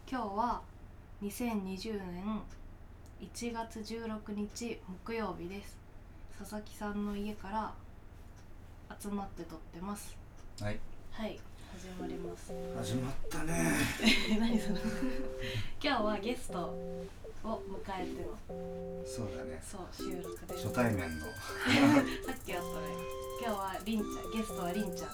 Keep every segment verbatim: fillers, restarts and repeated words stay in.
今日はにせんにじゅうねんいちがつじゅうろくにち木曜日です。佐々木さんの家から集まって撮ってます。 はいはい始まります。 始まったね何それ今日はゲストを迎えてのそうだねそう収録です。 初対面のさっきあったね。今日はりんちゃん、ゲストはりんちゃんです。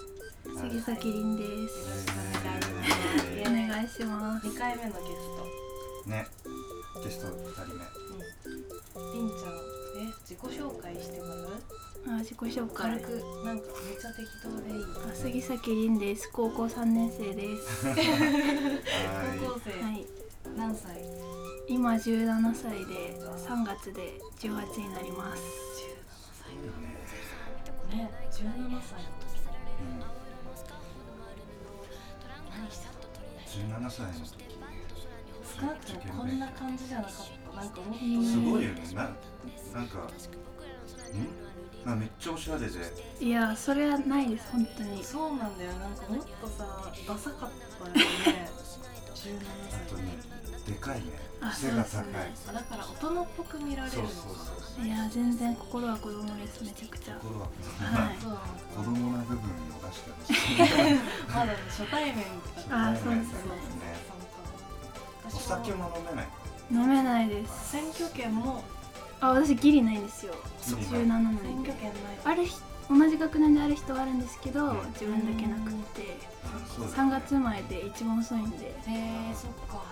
杉崎凛です。 よろしくお願いします。 お願いします。 にかいめのゲストねゲストふたりめ、 うん、りんちゃん、え、自己紹介してもらう？ あ、自己紹介。 軽く、なんかめっちゃ適当でいい。 あ、杉崎凛です。高校さんねん生です。 高校生、 はい。 何歳？ 今じゅうななさいで、さんがつでじゅうはちになります。 じゅうななさいね。ね、じゅうななさいの時、 うん、 何してた？ じゅうななさいの時少なくともこんな感じじゃなかった。なんかもっとすごいよね。な、なんかんなめっちゃおしゃれで。 いや、それはないです、本当に。 そうなんだよ。なんかもっとさ、ダサかったよねじゅうななさいあとね、でかいね、 あ背が高い。 そうですね。 あ、だから大人っぽく見られるのか。 そうそうそうそう。 いや、全然心は子供です、めちゃくちゃ。 心ははい。 そう子供な部分を出してほしいまだね、初対面だから。 あ、そうですね。 お酒も飲めない。 飲めないです。 選挙権もあ、私ギリないんですよ。 ギリないじゅうななな選んで。 挙権ない。 ある日同じ学年である人はあるんですけど、 うん自分だけなくて、 そうだねさんがつ生まれで一番遅いんで。 へえ、そっか。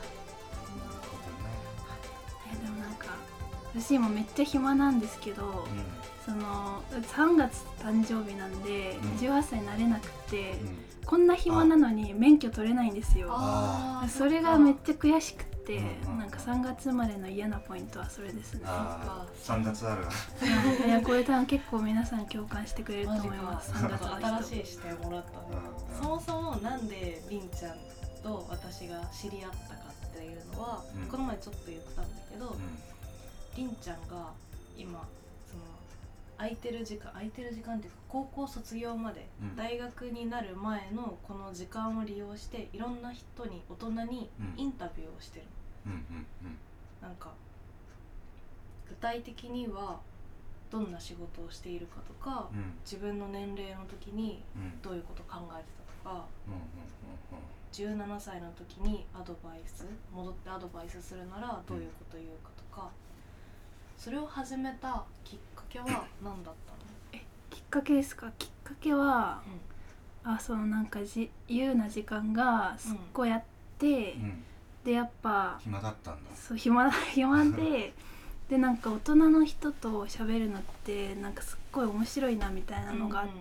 えでもなんか私今めっちゃ暇なんですけど、そのさんがつ誕生日なんで、 うんじゅうはっさいになれなくて、 うんうんこんな暇なのに免許取れないんですよ。 あー、 それがめっちゃ悔しくて、 うんうんなんかさんがつ生まれの嫌なポイントはそれですね。 あーさんがつあるわいや、これ多分結構皆さん共感してくれるとマジ思います。 か。 さんがつの人。 新しい視点もらったね。 うんそもそもなんでりんちゃんと私が知り合ったかっていうのは、 うんこの前ちょっと言ったんだけど、 うんりんちゃんが今その空いてる時間空いてる時間っていうか高校卒業まで、 うん大学になる前のこの時間を利用していろんな人に大人にインタビューをしてる、 うんうんうんなんか具体的にはどんな仕事をしているかとか、 うん自分の年齢の時にうんどういうことを考えてたとか、 うんうんじゅうななさいの時にアドバイス戻ってアドバイスするならどういうことを言うかとか、それを始めたきっかけは何だったの？ きっかけですか？きっかけは、 うんあ、そのなんか自由な時間がすっごいあって、 うんうんでやっぱ暇だったんだ。 そう暇暇ででなんか大人の人と喋るのってなんかすっごい面白いなみたいなのがあって、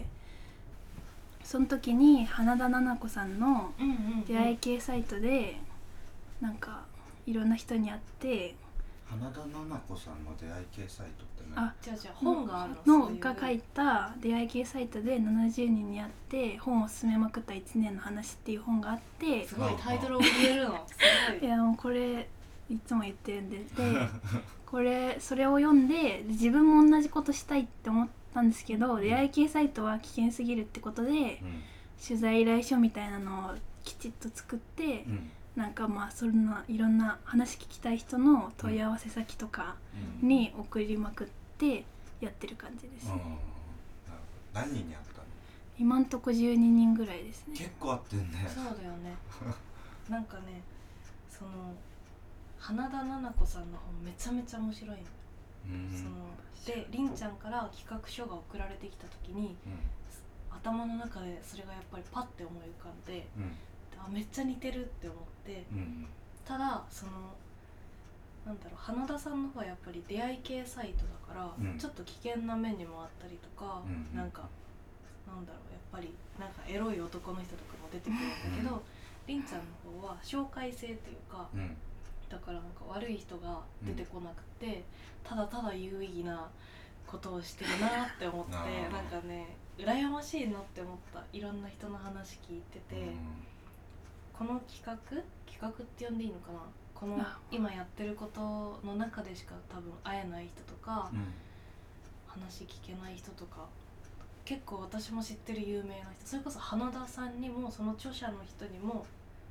その時に花田奈々子さんのうんうんうん出会い系サイトでなんかいろんな人に会って、 花田奈々子さんの出会い系サイトって何？ あじゃあじゃあ本があるの？ のが書いた出会い系サイトでななじゅうにんに会って本を進めまくったいちねんの話っていう本があって、 すごいタイトルを言えるのすごい。 いやもうこれいつも言ってるんで、でこれそれを読んで自分も同じことしたいって思ったんですけど、出会い系サイトは危険すぎるってことで、 うん取材依頼書みたいなのをきちっと作って、 うんなんかまあそんないろんな話聞きたい人の問い合わせ先とかに送りまくってやってる感じです、 うんうんなるほど。何人に会ったの？ 今んとこじゅうににんぐらいですね。 結構会ってんね。 そうだよね。なんかね、その花田奈々子さんの本めちゃめちゃ面白いの。 うんそのでりんちゃんから企画書が送られてきた時に、 うん頭の中でそれがやっぱりパッて思い浮かんで、 うんあ、めっちゃ似てるって思って、 うんただそのなんだろう、花田さんの方はやっぱり出会い系サイトだから、 うん、 ちょっと危険な面にもあったりとか、 うん、 なんかなんだろう、やっぱりなんかエロい男の人とかも出てくるんだけど、りんちゃんの方は紹介制っていうか、 うん、 だからなんか悪い人が出てこなくて、ただただ有意義なことをしてるなって思ってなんかね、羨ましいなって思った。いろんな人の話聞いてて、 うん、 この企画企画って呼んでいいのかな、この今やってることの中でしか多分会えない人とか、 うん、 話聞けない人とか、結構私も知ってる有名な人、それこそ花田さんにもその著者の人にも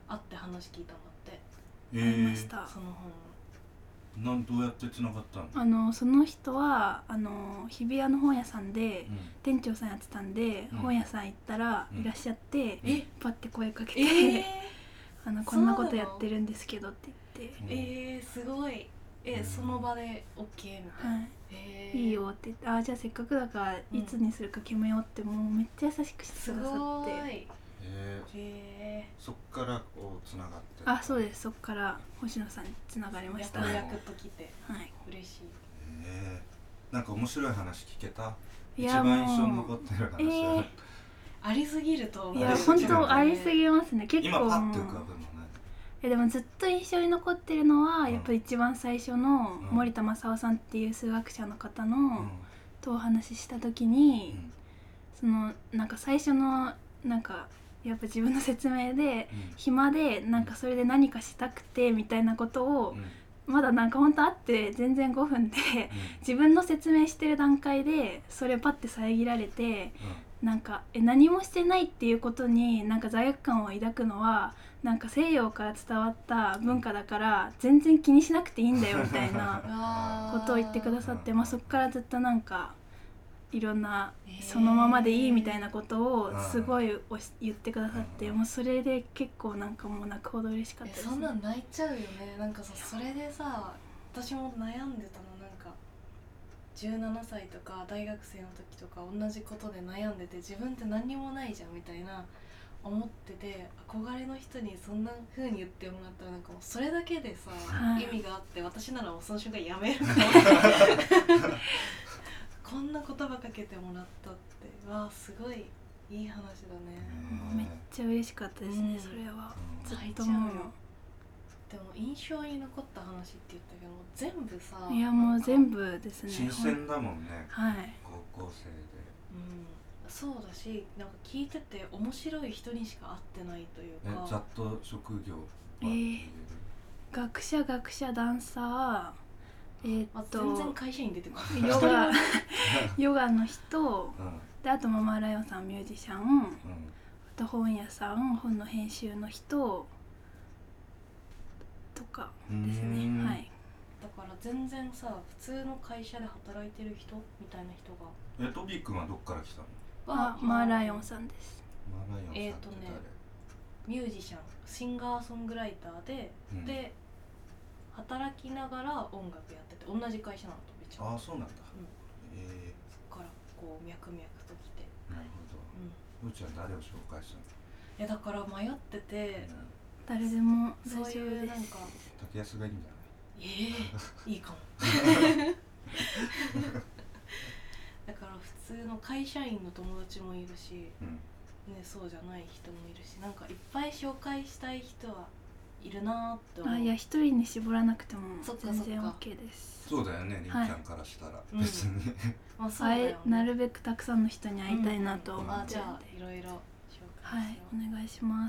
会って話聞いたんだって。 えありました。 その本なんどうやってつながったの？ あのその人はあの日比谷の本屋さんで、 うん、 店長さんやってたんで、うん、本屋さん行ったらいらっしゃって、うん、パッて声かけて、えー、あのこんなことやってるんですけどって言って、 えー、すごい。え、その場で OK みたいな、はい、 えー、いいよって言って、あ、じゃあせっかくだからいつにするか決めようって、もうめっちゃ優しくしてくださって、すごい。 えーえー、そっからこうつながって。 あ、そうです。そっから星野さんにつながりました。 やっとと来て、はい、嬉しい。 えー、なんか面白い話聞けた？一番印象に残ってる話、えー、 ありすぎると思う。 いや本当ありすぎますね。結構今パッと浮かぶのね。 えでもずっと印象に残ってるのは、うん、やっぱり一番最初の森田正夫さんっていう数学者の方の、うん、とお話しした時に、うん、そのなんか最初のなんかやっぱ自分の説明で、うん、暇でなんかそれで何かしたくてみたいなことを、うん、まだなんか本当あって全然ごふんで、うん、自分の説明してる段階でそれパッて遮られて、うん、なんかえ何もしてないっていうことになんか罪悪感を抱くのはなんか西洋から伝わった文化だから全然気にしなくていいんだよみたいなことを言ってくださって、まあ、そっからずっとなんかいろんなそのままでいいみたいなことをすごい言ってくださって、もうそれで結構なんかもう泣くほど嬉しかったですね。 そんなん泣いちゃうよね。なんかさ、それでさ、私も悩んでたの。なんかじゅうななさいとか大学生の時とか同じことで悩んでて、自分って何にもないじゃんみたいな思ってて、憧れの人にそんな風に言ってもらったらなんかもうそれだけでさ、はい、意味があって、私ならもうその瞬間やめるかもこんな言葉かけてもらったって、わあすごいいい話だね。 めっちゃ嬉しかったですね、うん、それは、うん、ずっともうでも印象に残った話って言ったけど全部さ、 いやもう全部ですね。 新鮮だもんね、 はい、 高校生で、 うん、そうだし、なんか聞いてて面白い人にしか会ってないというか。 えざっと職業は、 えー、学者学者ダンサー、えー、っと全然会社員出てこない。 ヨガヨガの人、うん、であとママライオンさんミュージシャン、うん、あと本屋さん本の編集の人とかですね。はい。 だから全然さ、普通の会社で働いてる人みたいな人が。 えトビー君はどっから来たの？ あマーライオンさんです。 マーライオンさんって誰？えーとねミュージシャンシンガーソングライターで、うん、で働きながら音楽やってて、同じ会社なのとべちゃん。 ああそうなんだ、うん、えー、そっからこう脈々と来て。 なるほど。うーちゃん誰を紹介したの？ いやだから迷ってて、うん、 誰でも大丈夫です。 そういうなんか竹安がいいんじゃない？ えー、いいかもだから普通の会社員の友達もいるし、うんね、そうじゃない人もいるし、なんかいっぱい紹介したい人はいるなって思う。 あ、いや一人に絞らなくても全然 OK です。 そうだよね、りんちゃんからしたら、はい、別に、うんまあそうだよね、 なるべくたくさんの人に会いたいなと思って、うん、 あじゃあいろいろ紹介しよう。 はい、お願いします。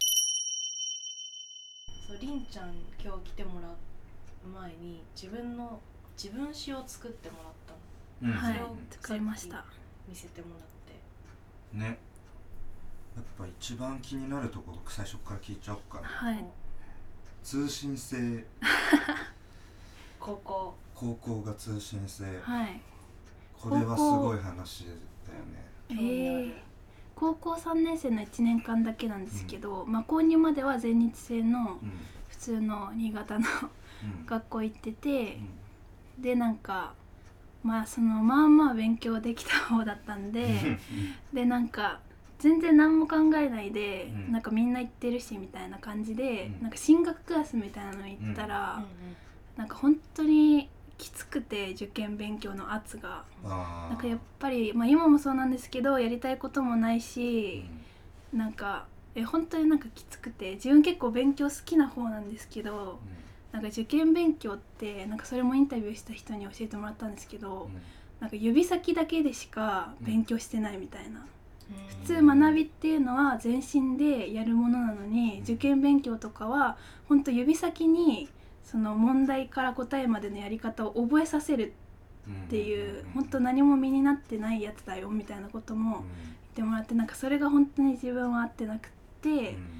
そう、りんちゃん今日来てもらう前に自分の自分詩を作ってもらったの、うん、 はい、作りました。 見せてもらってね。やっぱ一番気になるところ最初から聞いちゃおうかな。 はい。 通信制高校高校が通信制、 はい、 これはすごい話だよね。 えー、高校さんねん生のいちねんかんだけなんですけど、うん、まあ購入までは全日制の普通の新潟の、うん、学校行ってて、うん、でなんかまあそのまあまあ勉強できた方だったんででなんか全然何も考えないで、うん、なんかみんな行ってるしみたいな感じで、うん、なんか進学クラスみたいなの行ったら、うん、なんか本当にきつくて、受験勉強の圧がなんかやっぱり、まあ、今もそうなんですけどやりたいこともないし、うん、なんかえ本当になんかきつくて、自分結構勉強好きな方なんですけど、なんか受験勉強ってなんかそれもインタビューした人に教えてもらったんですけど、なんか指先だけでしか勉強してないみたいな。普通学びっていうのは全身でやるものなのに、受験勉強とかは本当指先にその問題から答えまでのやり方を覚えさせるっていう、本当何も身になってないやつだよみたいなことも言ってもらって、なんかそれが本当に自分は合ってなくて、で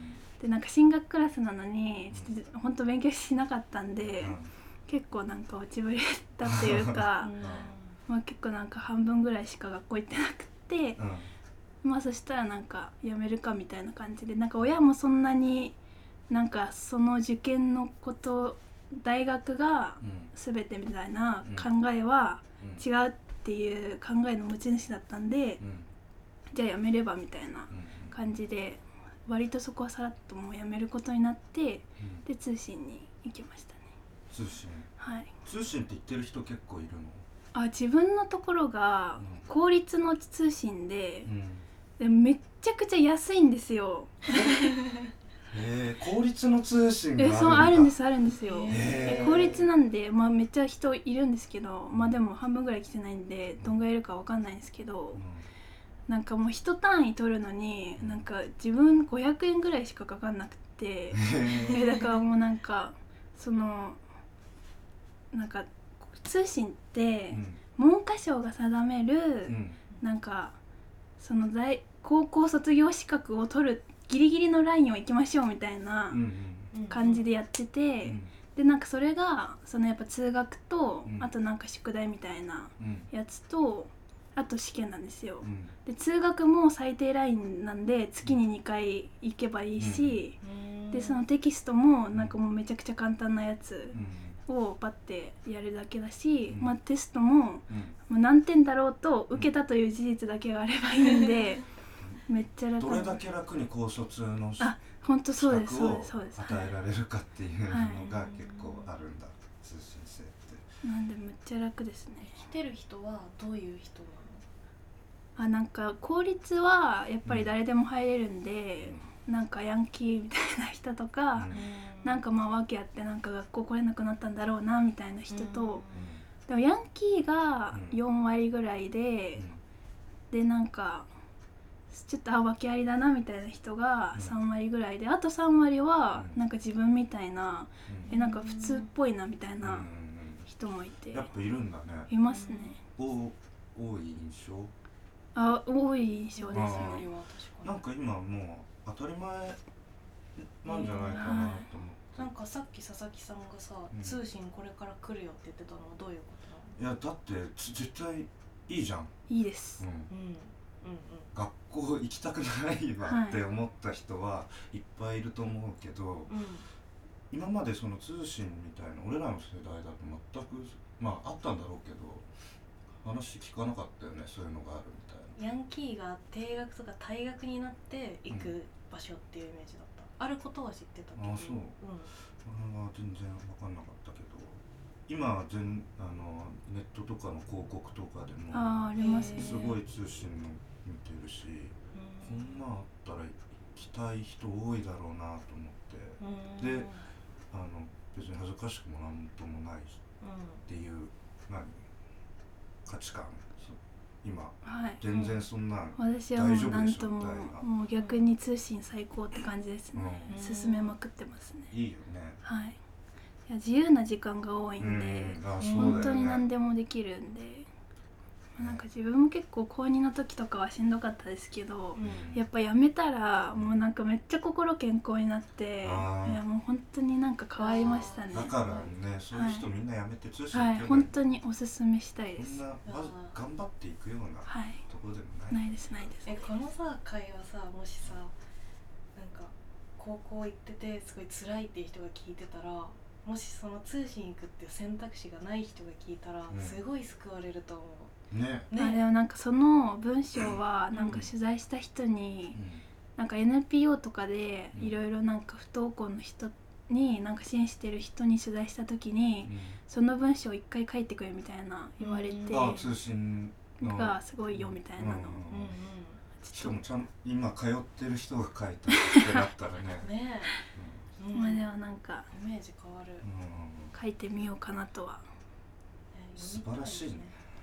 でなんか進学クラスなのにちょっと本当勉強しなかったんで、 うん結構なんか落ちぶれたっていうかまあ結構なんか半分ぐらいしか学校行ってなくて、 うんまあそしたらなんか辞めるかみたいな感じで、なんか親もそんなになんかその受験のこと大学が全てみたいな考えは違うっていう考えの持ち主だったんで、 うんじゃあ辞めればみたいなうん感じで割とそこはさらっともう辞めることになって、 うんで通信に行きましたね。 通信はい。 通信って言ってる人結構いるの？ あ、自分のところが公立の通信で、 うんでめっちゃくちゃ安いんですよ。 へえ、公立の通信があるんだ。 え、そうあるんですあるんですよ。 へーえ公立なんで、まあめっちゃ人いるんですけど、まあでも半分ぐらい来てないんでどんぐらいいるかわかんないんですけど、なんかもう一単位取るのになんか自分ごひゃくえんぐらいしかかかんなくて、 うんえだからもうなんかそのなんか通信って文科省が定める、 うんなんかその大高校卒業資格を取るギリギリのラインを行きましょうみたいなうん感じでやってて、 うんでなんかそれがそのやっぱ通学と、 うんあとなんか宿題みたいなうんやつとあと試験なんですよ。 うんで通学も最低ラインなんで月ににかい行けばいいし、でそのテキストもなんかもうめちゃくちゃ簡単なやつをパッてやるだけだし、 うんまあ、テストももうんう何点だろうと受けたという事実だけがあればいいんで、めっちゃ楽。 どれだけ楽に高卒の資あ、本当そうですそう格をですそうです。 与えられるかっていうのがはい結構あるんだ、通信制って。 なんでめっちゃ楽ですね。 来てる人はどういう人なの？ あ、なんか公立はやっぱり誰でも入れるんで、なんかヤンキーみたいな人とか、なんかまあ訳あってなんか学校来れなくなったんだろうなみたいな人と、でもヤンキーがよんわりぐらいで、でなんかちょっとあ訳ありだなみたいな人がさんわりぐらいで、あとさんわりはなんか自分みたいな、えなんか普通っぽいなみたいな人もいて、 やっぱいるんだね。 いますね。 お多い印象。 あ、多い印象ですね。 なんか今もう当たり前なんじゃないかなと思って、 なんかさっき佐々木さんがさ、 うん通信これから来るよって言ってたのはどういうことなの？ いやだって絶対いいじゃん。 いいです。 うんうんうん学校行きたくないわって思った人はいっぱいいると思うけど、 うんうん今までその通信みたいな俺らの世代だと全くまああったんだろうけど話聞かなかったよね、そういうのがあるみたいな。 ヤンキーが定額とか退学になって行く場所っていうイメージだった、あることは知ってたけど。 あそううん俺は全然分かんなかったけど、今は全あのネットとかの広告とかでもあー、ありますね。 すごい通信の見てるし、こんなんあったら行きたい人多いだろうなと思って、 うんでうんあの別に恥ずかしくもなんともないっていう何価値観、そ今はい。 全然そんな私はもう大丈夫でしょなんともみたいなもう逆に通信最高って感じですね。 うん進めまくってますね。 いいよね。 はい。いや自由な時間が多いんで、 うんあそうだよね本当に何でもできるんで、なんか自分も結構高にの時とかはしんどかったですけど、 うんやっぱやめたらもうなんかめっちゃ心健康になって、いあーやもう本当になんか変わりましたね。 だからね、そういう人みんなやめて通信はい、 行けばいい、 本当におすすめしたいです。 みんなまず頑張っていくようなはい。 ところでもない、 ないですないです。 えこのさ会話さ、もしさなんか高校行っててすごい辛いっていう人が聞いてたら、もしその通信行くっていう選択肢がない人が聞いたら、 うんすごい救われると思う。 ね、 あでもなんかその文章はなんか取材した人に、なんか エヌピーオー とかでいろいろなんか不登校の人になんか支援してる人に取材した時に、その文章を一回書いてくれみたいな言われて、 うん、あ通信のがすごいよみたいなの、 うんうんうんしかもちゃん今通ってる人が書いたってなったらねうんねえ、うんまあでもなんかイメージ変わる、 うんうん書いてみようかなとは。 ね素晴らしいね。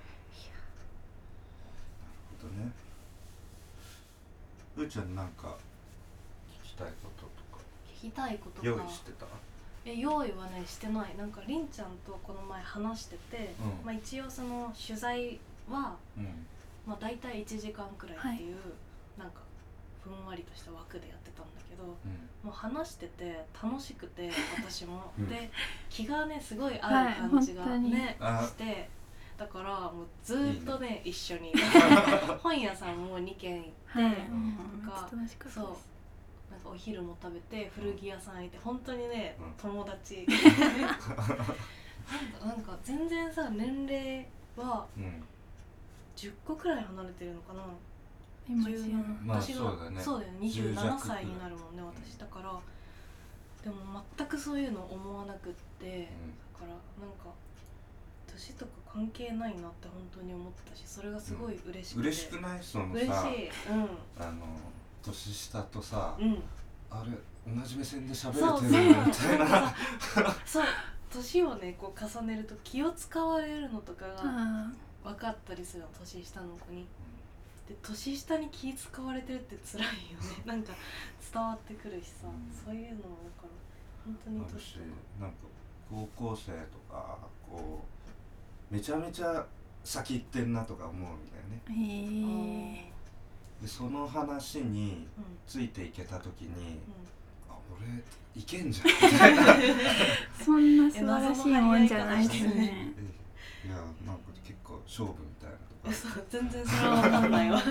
なるほどね。うーちゃんなんか聞きたいこととか聞きたいことか用意してた？ え用意はねしてない。なんかりんちゃんとこの前話してて、 うんまあ、一応その取材は、 うんまあ、大体いちじかんくらいっていう、なんかふんわりとした枠でやってたんだけど、 うんもう話してて楽しくて私も、 うん、 で気がねすごい合う感じがね、 はい、してだからもうずーっとねいいね一緒に本屋さんもにけん行って、 はい、 なんか楽しかったです。 そうなんかお昼も食べて古着屋さん行って本当にね、うん、友達なんかなんか全然さ年齢はじゅっこくらい離れてるのかな。 今じゅうなな、 まあ、 私がそうだね、 そうだよねにじゅうななさいになるもんね私だから。でも全くそういうの思わなくって、うん、だからなんか年とか関係ないなって本当に思ったし、それがすごい嬉しくて、 うん、嬉しくない？そのさ、 嬉しい、うん、 あの年下とさ、 うん、 あれ同じ目線で喋れてるみたいなそう年をねこう重ねると気を使われるのとかが分かったりするの、年下の子に。で年下に気使われてるって辛いよねなんか伝わってくるしさ、うん、そういうのだから本当に年とかなんか高校生とかこうめちゃめちゃ先行ってんなとか思うんだよね。へえ。でその話についていけた時に、うん、あ俺いけんじゃんみたいなそんな素晴らしいもんじゃないですねいやなんか結構勝負みたいなそう全然それは分かんないわ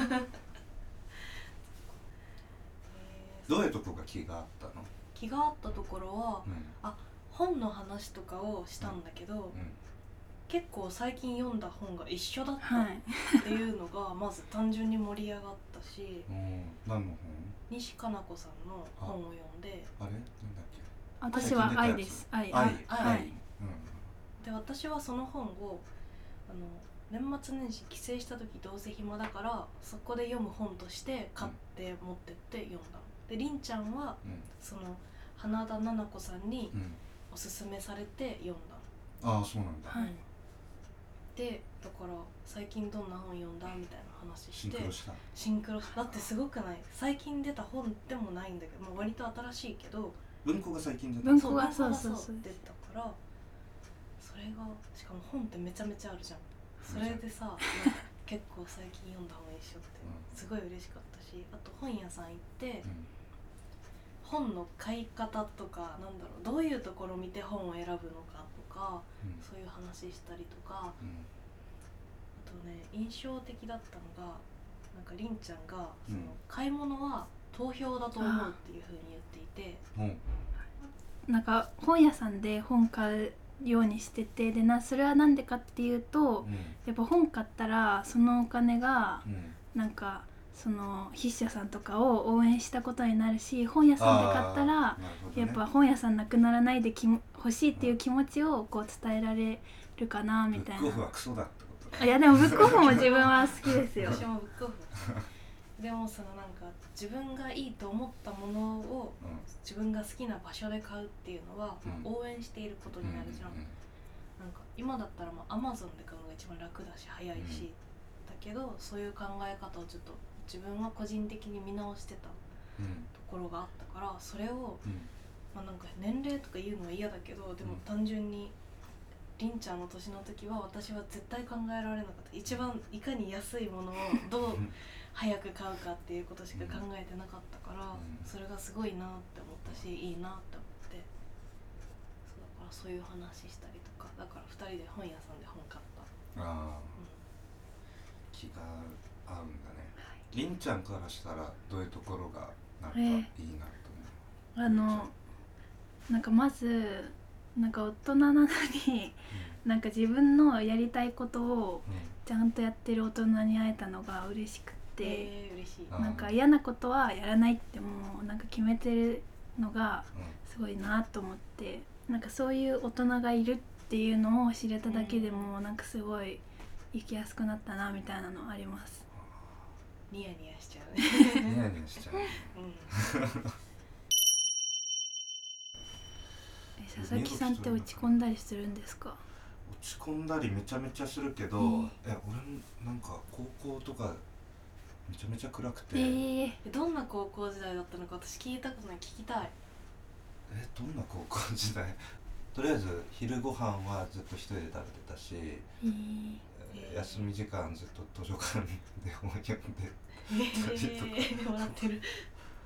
どういうとこが気があったの？ 気があったところは、うん、あ本の話とかをしたんだけど、うんうん、結構最近読んだ本が一緒だったっていうのがまず単純に盛り上がったし、 はい、何の本？ 西加奈子さんの本を読んで、 あれなんだっけ？私は愛です。愛、 愛、愛、うん、で私はその本をあの年末年始帰省した時どうせ暇だからそこで読む本として買って持ってって読んだの。でりんちゃんは、うん、その花田菜々子さんにおすすめされて読んだの、うん、ああそうなんだ、 はい、でだから最近どんな本読んだみたいな話してシンクロしたシンクロしただってすごくない？最近出た本でもないんだけど、まあ、割と新しいけど文庫が最近出た文庫がそうそうそう出たからそれがしかも本ってめちゃめちゃあるじゃん。それでさ結構最近読んだ本一緒ってすごい嬉しかったし、あと本屋さん行って、うん、本の買い方とかなんだろうどういうところを見て本を選ぶのかとか、うん、そういう話したりとか、うん、あとね印象的だったのがなんかりんちゃんがその、うん、買い物は投票だと思うっていう風に言っていて、 うん、なんか本屋さんで本買うようにしててでなそれはなんでかっていうと、うん、やっぱ本買ったらそのお金が、うん、なんかその筆者さんとかを応援したことになるし本屋さんで買ったら、ね、やっぱ本屋さんなくならないできも欲しいっていう気持ちをこう伝えられるかなみたいな。 ブックオフはクソだってことだ。 いやでもブックオフも自分は好きですよ私もブックオフでもそのなんか自分がいいと思ったものを自分が好きな場所で買うっていうのは応援していることになるじゃん、うんうんうん、なんか今だったらまあ Amazon で買うのが一番楽だし早いし、うん、だけどそういう考え方をちょっと自分は個人的に見直してたところがあったからそれを、うんまあ、なんか年齢とか言うのは嫌だけどでも単純にりんちゃんの年の時は私は絶対考えられなかった一番いかに安いものをどう早く買うかっていうことしか考えてなかったから、うん、それがすごいなって思ったしいいなって思ってそうだからそういう話したりとかだからふたりで本屋さんで本買ったあ、うん、気が合うんだね、はい、りんちゃんからしたらどういうところがなんかいいなと思う、 えー、あのなんかまずなんか大人なのに、うん、なんか自分のやりたいことをちゃんとやってる大人に会えたのが嬉しくて、 えー、嬉しい。 なんか嫌なことはやらないってもうなんか決めてるのがすごいなと思って、うん、なんかそういう大人がいるっていうのを知れただけでもなんかすごい生きやすくなったなみたいなのあります。 ニヤニヤしちゃうねニヤニヤしちゃう、うん佐々木さんって落ち込んだりするんですか？ 落ち込んだりめちゃめちゃするけど、えー、え俺なんか高校とかめちゃめちゃ暗くて、えー、どんな高校時代だったのか私聞いたことない聞きたい。 えどんな高校時代とりあえず昼ご飯はずっと一人で食べてたし、えー、休み時間ずっと図書館で本読んでたりとか、えー、笑ってる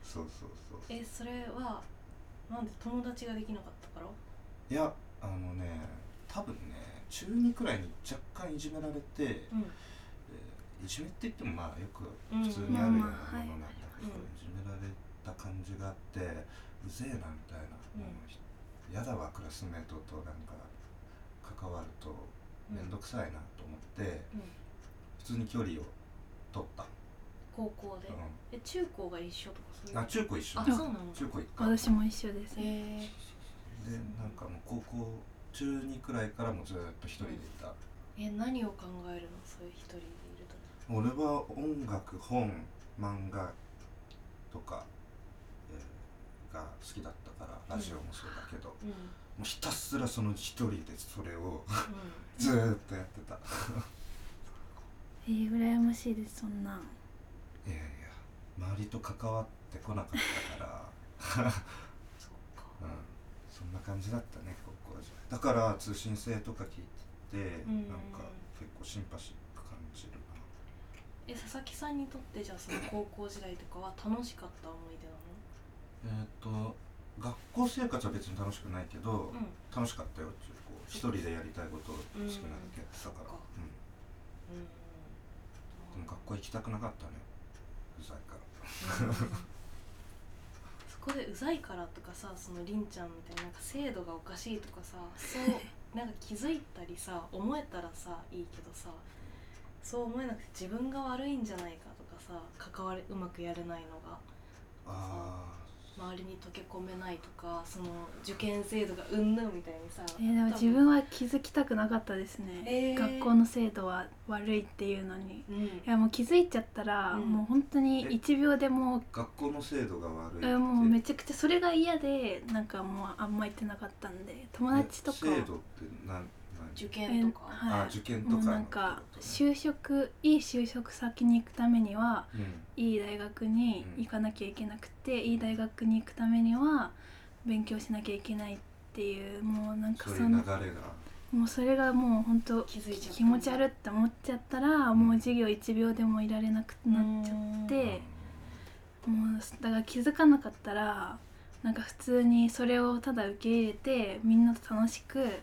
そうそうそう。 えそれはなんで友達ができなかったから？ いやあのね多分ね中にくらいに若干いじめられて、うんえー、いじめって言ってもまあよく普通にあるようなものなんだけど、うんまあまあはい、いじめられた感じがあってうぜえなみたいな、うん、やだわクラスメートとなんか関わるとめんどくさいなと思って、うん、普通に距離を取った。 高校で、うん、え中高が一緒とかそういう？ あ中高一緒。 あそうなの？ 中高一貫。私も一緒です。 へでなんかもう高校中にくらいからもずっと一人でいた。 うん、え何を考えるのそういう一人でいると？ 俺は音楽本漫画とか、えー、が好きだったからラジオもそうだけど、うん、もうひたすらその一人でそれを、うん、ずーっとやってた。 えー、羨ましいですそんな。 いやいや周りと関わってこなかったからそっか、うん、そんな感じだったね高校時代だから通信制とか聞いてて、うん、なんか結構シンパシー感じるな。 え佐々木さんにとってじゃあその高校時代とかは楽しかった思い出なの？ えっと学校生活は別に楽しくないけど、うん、楽しかったよ中高一人でやりたいことを好きなだけやってたから、うんうん、でも学校行きたくなかったねうざいから、うん、 そこでうざいからとかさそのりんちゃんみたいな、 なんか制度がおかしいとかさそうなんか気づいたりさ思えたらさいいけどさそう思えなくて自分が悪いんじゃないかとかさ関わりうまくやれないのがあ周りに溶け込めないとかその受験制度がうんぬんみたいにさ、 えー、でも自分は気づきたくなかったですね、えー、学校の制度は悪いっていうのに、うん、いやもう気づいちゃったら、うん、もう本当にいちびょうでもう学校の制度が悪いって、 えー、もうめちゃくちゃそれが嫌でなんかもうあんま行ってなかったんで友達とか制度って何受験とか、 えーはい、あ受験とか、 もうなんか就職いい就職先に行くためには、うん、いい大学に行かなきゃいけなくて、うん、いい大学に行くためには勉強しなきゃいけないっていうもうなんかそのそういう流れがもうそれがもう本当気持ち悪って思っちゃったら、うん、もう授業いちびょうでもいられなくなっちゃって、うん、もうだから気づかなかったらなんか普通にそれをただ受け入れてみんなと楽しく、うん、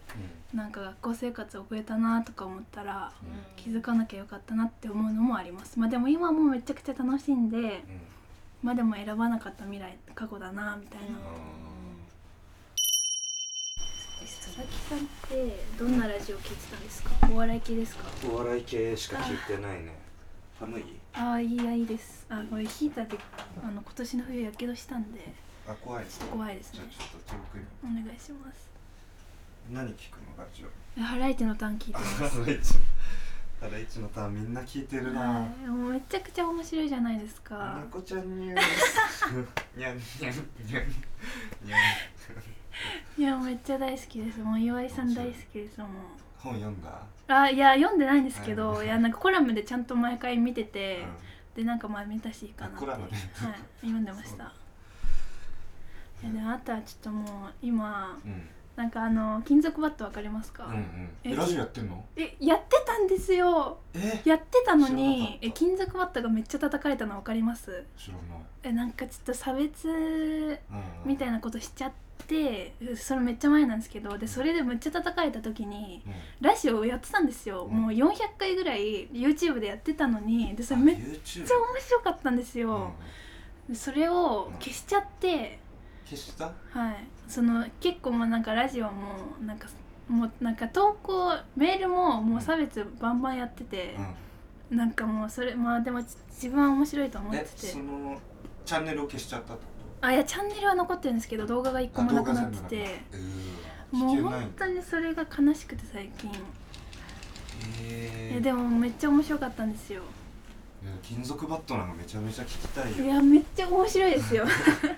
なんか学校生活を送れたなとか思ったら、うん、気づかなきゃよかったなって思うのもあります。まあでも今はもうめちゃくちゃ楽しんで、うん、まあでも選ばなかった未来過去だなみたいな、うん、佐々木さんってどんなラジオ聞いてたんですか？お笑い系ですか？ お笑い系しか聞いてないね。寒い？ ああいいやいいです。あこれヒーターであの今年の冬やけどしたんであ怖いですね。 怖いですね。 じゃあちょっと遠くにお願いします。 何聞くのラジオ？ ハライチのターン聞いてます。 ハライチハライチのターンみんな聞いてるな、 はい、もうめちゃくちゃ面白いじゃないですか。 猫ちゃんにゃんにゃんにゃんにゃんにゃんいやめっちゃ大好きです。もう岩井さん大好きです。もう本読んだ？ あいや読んでないんですけど、いやなんかコラムでちゃんと毎回見てて、うん、でなんか前見たしいいかなって、はい、読んでました。いやでもあとはちょっともう今、うん、なんかあの金属バットわかりますか？ うんうん、えラジオやってんの？ えやってたんですよ。えやってたのにえ金属バットがめっちゃ叩かれたのわかります？ 知らない。 えなんかちょっと差別みたいなことしちゃって、うんうん、それめっちゃ前なんですけどでそれでめっちゃ叩かれた時に、うん、ラジオやってたんですよ、うん、もうよんひゃっかいぐらい YouTube でやってたのにでそれめっちゃ面白かったんですよ、うん、それを消しちゃって消した？ はいその結構もうなんかラジオもなんかもうなんか投稿メールももう差別バンバンやってて、うん、なんかもうそれまあでも自分は面白いと思っててえそのチャンネルを消しちゃったってこと？ あいやチャンネルは残ってるんですけど動画が一個もなくなってて、えー、もう本当にそれが悲しくて最近、えー、いやでもめっちゃ面白かったんですよ。 いや金属バットなんかめちゃめちゃ聞きたいよ。 いやめっちゃ面白いですよ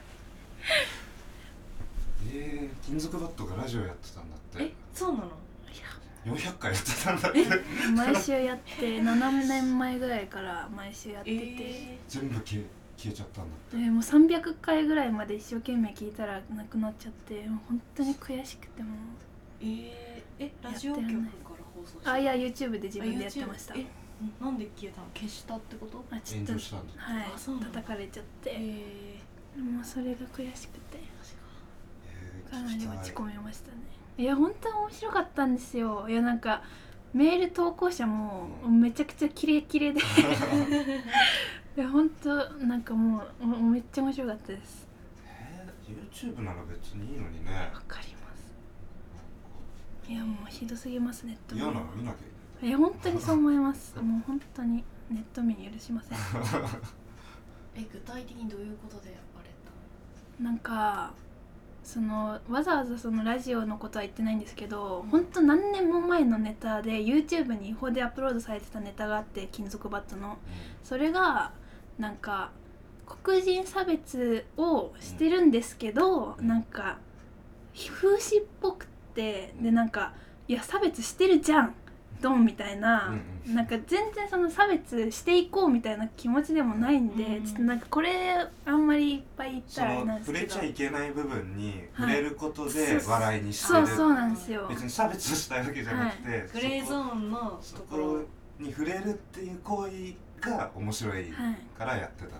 えー、金属バットがラジオやってたんだって。 えそうなの？ よんひゃっかいやってたんだって毎週やってななねんまえぐらいから毎週やってて、えー、全部消え消えちゃったんだって、 えー、もうさんびゃっかいぐらいまで一生懸命聞いたらなくなっちゃってもう本当に悔しくてもえー、えラジオ局から放送した？ あいや YouTube で自分でやってました。 えなんで消えたの？消したってこと？ あちょっと炎上したんだ。 はい叩かれちゃって、 えもうそれが悔しくてえー、 かなり聞きたい落ち込みましたね。いや本当に面白かったんですよ。いやなんかメール投稿者もめちゃくちゃキレキレでいや本当なんかもうめっちゃ面白かったです。 えー、YouTube なら別にいいのにね。 わかります。いやもうひどすぎますネット見。 嫌なの見なきゃいい。 いや本当にそう思いますもう本当にネット見許しませんえ具体的にどういうことでバレた？ なんかそのわざわざそのラジオのことは言ってないんですけど、うん、本当何年も前のネタで YouTube に違法でアップロードされてたネタがあって金属バットの、うん、それがなんか黒人差別をしてるんですけど、うん、なんか風刺っぽくてでなんかいや差別してるじゃんドンみたいな、うんうん、なんか全然その差別していこうみたいな気持ちでもないんで、うん、ちょっとなんかこれあんまりいっぱい言ったらあれなんですけど、 触れちゃいけない部分に触れることで笑いにしてる、はい、そうそうなんですよ。 別に差別したいわけじゃなくて、はい、 グレーゾーンのところに触れるっていう行為が面白いからやってただけ、はい、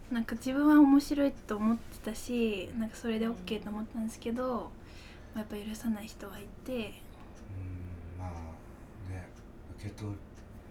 なんか自分は面白いと思ってたしなんかそれで OK と思ったんですけど、やっぱ許さない人がいて、うんまあね受け取る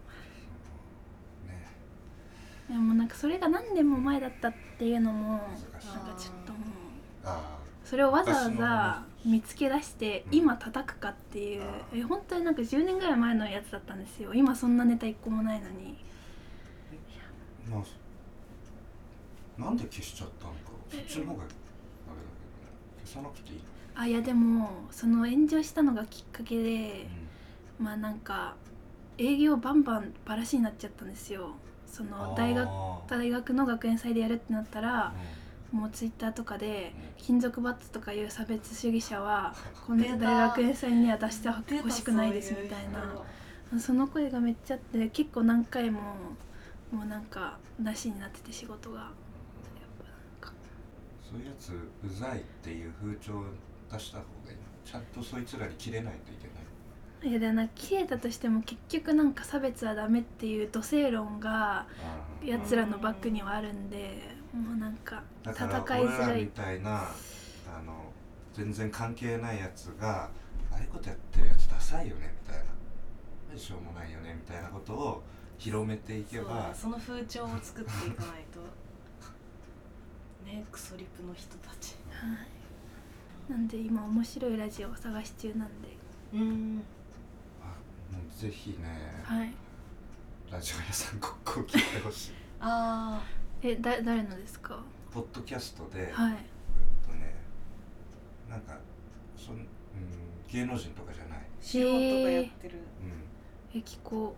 ね。 でもなんかそれが何年も前だったっていうのもなんかちょっともうあそれをわざわざ見つけ出して今叩くかっていう、うん、え本当になんかじゅうねんぐらい前のやつだったんですよ。今そんなネタ一個もないのに。 まあなんで消しちゃったのかそっちの方があれだけどね消さなくていい。 あいやでもその炎上したのがきっかけで、うん、まあなんか営業バンバンバラシになっちゃったんですよ。その大学大学の学園祭でやるってなったら、うん、もうツイッターとかで、うん、金属バットとかいう差別主義者はこの大学園祭には出してほしくないですみたいなその声がめっちゃあって結構何回ももうなんかなしになってて仕事がやっぱなんかそういうやつうざいっていう風潮を出した方がいいの。ちゃんとそいつらに切れないといけない。 いやでなんか切れたとしても結局なんか差別はダメっていう土星論がやつらのバックにはあるんでもうなんか戦いづらい。だから俺らみたいなあの全然関係ないやつがああいうことやってるやつダサいよねみたいなしょうもないよねみたいなことを広めていけばそ, その風潮を作っていかないとねクソリプの人たちはいなんで今面白いラジオを探し中なんでうんもうぜひね、 はい、 ラジオ屋さんごっこを聞いてほしいああえだ誰のですか。 ポッドキャストで、 はい、 えっとねなんかそん、うん、芸能人とかじゃない仕事がやってる、 うん、え聞こ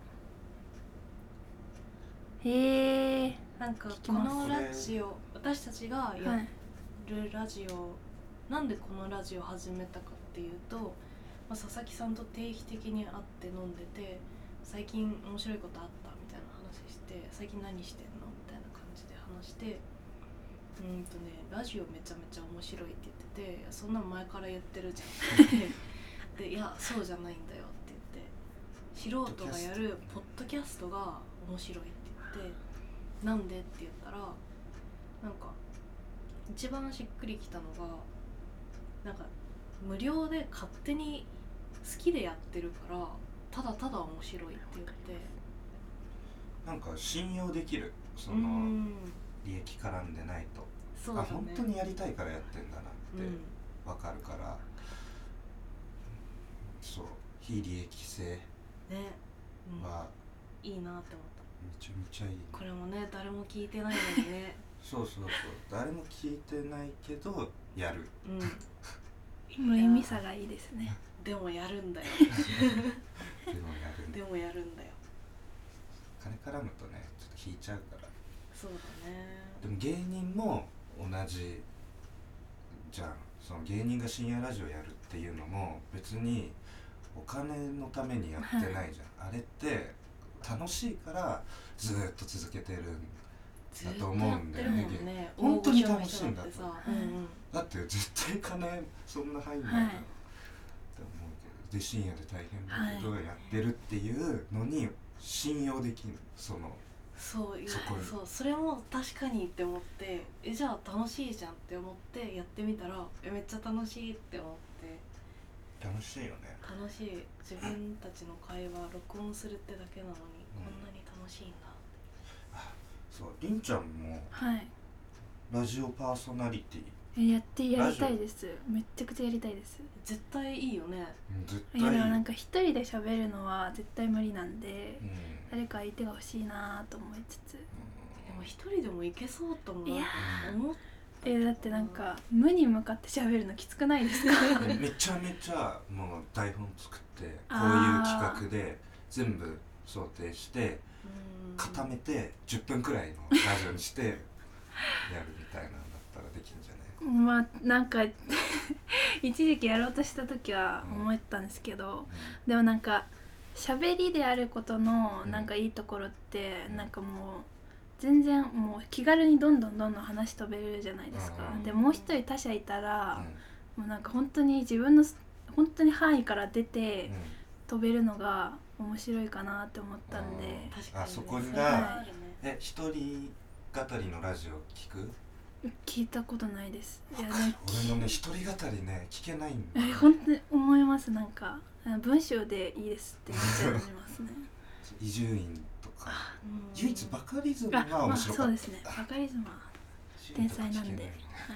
うへえなんかこのラジオ私たちがやるラジオ、はい、なんでこのラジオ始めたかっていうとまあ、佐々木さんと定期的に会って飲んでて最近面白いことあったみたいな話して最近何してんのみたいな感じで話してうんとねラジオめちゃめちゃ面白いって言っててそんなの前から言ってるじゃんってでいやそうじゃないんだよって言って素人がやるポッドキャストが面白いって言ってなんでって言ったらなんか一番しっくりきたのがなんか無料で勝手に好きでやってるからただただ面白いって言ってなんか信用できるその利益絡んでないとそうだ、ね、あ本当にやりたいからやってんだなって分かるから、うん、そう非利益性は、ねうん、いいなって思った。 めちゃめちゃいい、ね、 これもね誰も聞いてないのにねそうそうそう誰も聞いてないけどやる、 うん、無意味さがいいですね。 でもやるんだよでもやるんだでもやるんだよ。 金絡むとねちょっと引いちゃうから。 そうだね。 でも芸人も同じじゃん。その芸人が深夜ラジオやるっていうのも別にお金のためにやってないじゃん、はい、あれって楽しいからずっと続けてるんだと思うんだよね。 ね本当に楽しいんだと、 うんうん、 だって絶対金そんな入んないじゃん、はいって思うけどで深夜で大変なことをやってるっていうのに信用できるそのそういやそこそうそれも確かにって思って、えじゃあ楽しいじゃんって思ってやってみたら、えめっちゃ楽しいって思って。 楽しいよね。 楽しい。自分たちの会話録音するってだけなのに、うん、こんなに楽しいんだ。 あ、そうりんちゃんもはいラジオパーソナリティやってやりたいです。めっちゃくちゃやりたいです。 絶対いいよね。 絶対いい。 いやでもなんか一人で喋るのは絶対無理なんで、うん、誰か相手が欲しいなと思いつつ、うん、 でも一人でもいけそうと思う。いや思っえだってなんか無に向かって喋るのきつくないですか？ めちゃめちゃもう台本作ってこういう企画で全部想定して固めてじゅっぷんくらいのラジオにしてやるみたいなのだったらできるんじゃない？ まあなんか一時期やろうとした時は思ったんですけど、うん、でもなんか喋りであることのなんかいいところって、うん、なんかもう全然もう気軽にどんどんどんどん話飛べるじゃないですか、うん、でもう一人他者いたら、うん、もうなんか本当に自分の本当に範囲から出て飛べるのが面白いかなって思ったんで、 うん、あそこが、はい、え一人語りのラジオ聞く？ 聞いたことないです。いやね、俺もね一人語りね聞けないんだ。 え本当に思います。なんか文章でいいですってめっちゃ思いますね。 伊集院とか唯一バカリズムが面白かった、まあ、 そうですね。バカリズムは天才なんで、はい、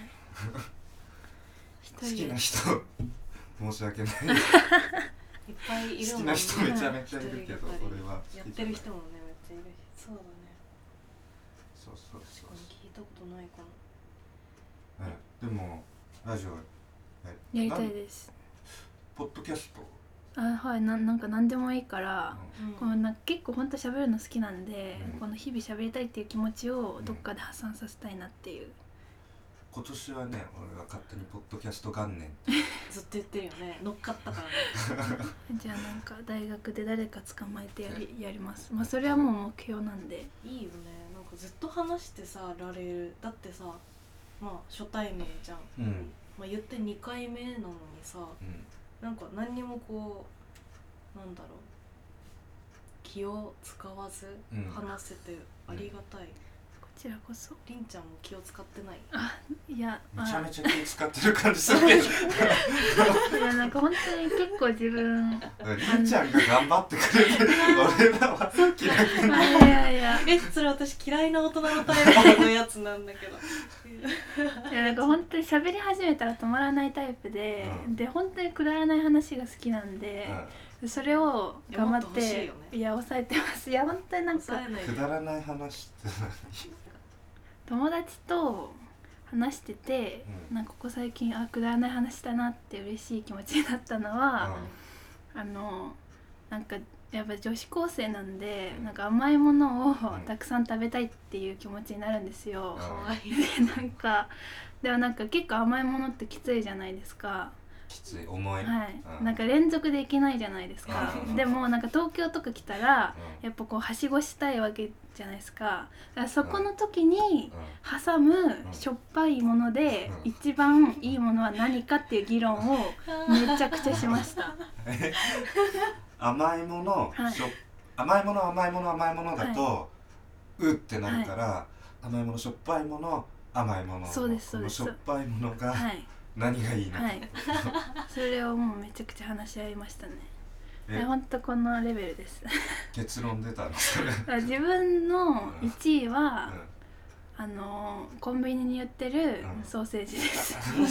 好きな人申し訳ないいっぱいいるもんね。 好きな人めちゃめちゃいるけど、俺はやってる人もねめっちゃいるし。そうだね。 そうそうそう。 確かに聞いたことないかも。 でもラジオやりたいです。 ポッドキャストあはい な, なんか何でもいいから、うん、このな結構本当喋るの好きなんで、うん、この日々喋りたいっていう気持ちをどっかで発散させたいなっていう、うん、 今年はね俺が勝手にポッドキャスト元年ずっと言ってるよね。乗っかったからねじゃあなんか大学で誰か捕まえてや り, やります。まあそれはもう目標なんで。 いいよね。なんかずっと話してさられる。だってさまあ初対面じゃん、うん、まあ言ってにかいめなのにさ、うん、なんか何にもこうなんだろう気を使わず話せてありがたい、うん、 こちらこそ。 りんちゃんも気を使ってない？ あいやめちゃめちゃ気を使ってる感じするけどいやなんか本当に結構自分りんちゃんが頑張ってくれてる俺らは気楽にいやいやえそれ私嫌いな大人のタイプのやつなんだけどいやなんか本当に喋り始めたら止まらないタイプで、うん、で本当にくだらない話が好きなんで、うん、それを頑張って、い, ね、いや抑えてます。いや本当になんかくだらない話って友達と話してて、うん、なんかここ最近あくだらない話だなって嬉しい気持ちになったのは、うん、あのなんかやっぱ女子高生なんでなんか甘いものをたくさん食べたいっていう気持ちになるんですよ。 かわいい。 でなんかでもなんか結構甘いものってきついじゃないですか。 きつい重い。 はい。うん、なんか連続でいけないじゃないですか。でもなんか東京とか来たら、うん、やっぱこうはしごしたいわけじゃないですか。だからそこの時に挟むしょっぱいもので一番いいものは何かっていう議論をめちゃくちゃしました。 甘いもの、はい、しょ甘いもの甘いもの甘いものだと、はい、うってなるから、はい、甘いものしょっぱいもの甘いものそうですそうです。 しょっぱいものが、はい、何がいいの、 はい、それをもうめちゃくちゃ話し合いましたね。えほんとこのレベルです結論出たのそれ自分のいちいは、うん、あのコンビニに売ってるソーセージです、 うん、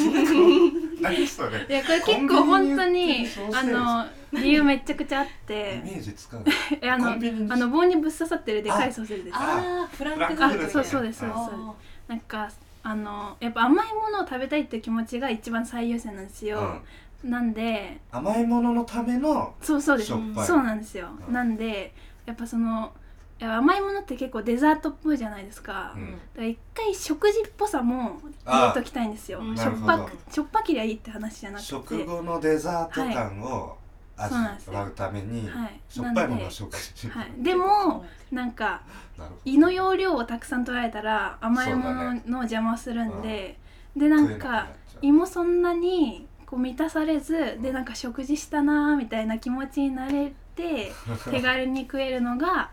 何それ。 いやこれ結構本当にあの理由めちゃくちゃあってイメージつかないあのあの棒にぶっ刺さってるでかいソーセージです。 ああフランクフルト、 ね、そうそうですそうです。なんかあのやっぱ甘いものを食べたいっていう気持ちが一番最優先なんですよ、うん、なんで甘いもののためのそうそうですそうなんですよ、うん、なんでやっぱその甘いものって結構デザートっぽいじゃないですか、うん、だから一回食事っぽさも入れときたいんですよ。しょっぱしょっぱきりゃいいって話じゃなくて食後のデザート感を味わうために、はい、しょっぱいものは食事、 はい、でもなんか胃の容量をたくさん取られたら甘いものの邪魔をするんで、でなんか胃もそんなにこう満たされず、うん、でなんか食事したなみたいな気持ちになれて手軽に食えるのが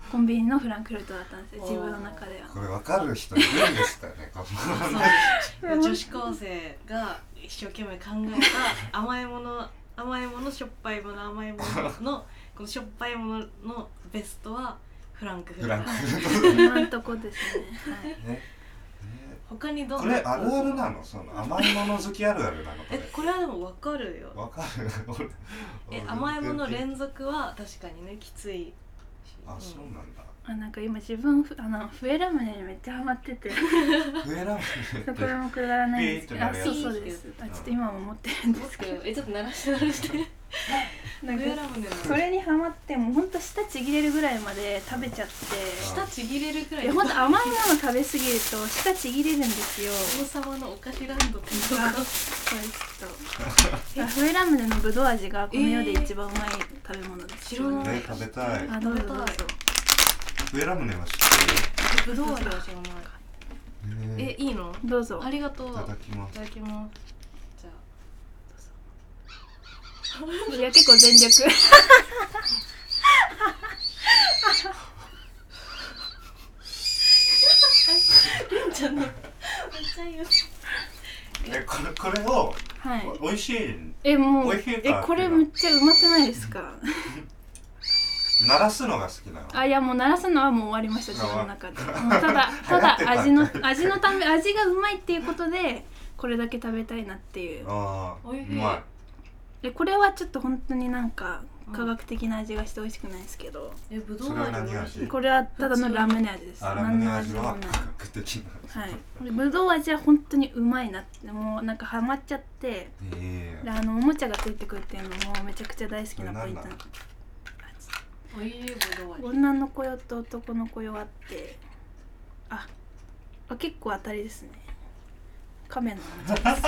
コンビニのフランクフルトだったんですよ自分の中では。 これ分かる人いるんですかねそう女子高生が一生懸命考えた甘いもの甘いものしょっぱいもの甘いもののこのしょっぱいもののベストはフランクフルト。 今んとこですね。はい。 ね他にどんこれあるあるなの？その甘いもの好きあるあるなの？これえこれはでも分かるよ。 分かる俺え甘いもの連続は確かにねきついし。 あ、そうなんだ。 あなんか今自分あの笛ラムネにめっちゃハマってて笛ラムネってこれもくだらないんですけど、あピーそうそうです。あちょっと今も持ってるんですけど、 えちょっと鳴らして鳴らしてなんか笛ラムネのそれにハマってもうほんと舌ちぎれるぐらいまで食べちゃって、 舌ちぎれるくらい。 いやほんと甘いもの食べ過ぎると舌ちぎれるんですよ。 王様のお菓子ランドってどこ？ これちょっと笛ラムネのぶどう味がこの世で一番うまい食べ物です。 知らない。 え食べたい。 あどうぞどうぞ。 笛ラムネは知ってぶどう味は知らない。 る？ えいいの？ どうぞ。 ありがとう。 いただきます。 いただきます。じゃあ。 いや結構全力りんちゃんのめっちゃいいよ。 えこれこれをはい美味しい。 えもう美味しいかえこれめっちゃうまくないですか？ 鳴らすのが好きなの？ あいやもう鳴らすのはもう終わりました自分の中で。もうただただ味の味のため味がうまいっていうことでこれだけ食べたいなっていう。 ああ、うまい。 でこれはちょっと本当になんか科学的な味がして美味しくないですけど、 えぶどう味美味しい。 これはただのラムネ味です。 あラムネ味は何の味もない科学的な。 はい。ぶどう味は本当にうまいなってもうなんかハマっちゃって、 えであのおもちゃがついてくるっていうのもめちゃくちゃ大好きなポイントなの。 おいしいぶどう味。 女の子用と男の子用あって、あ、あ結構当たりですね。亀のおもちゃです。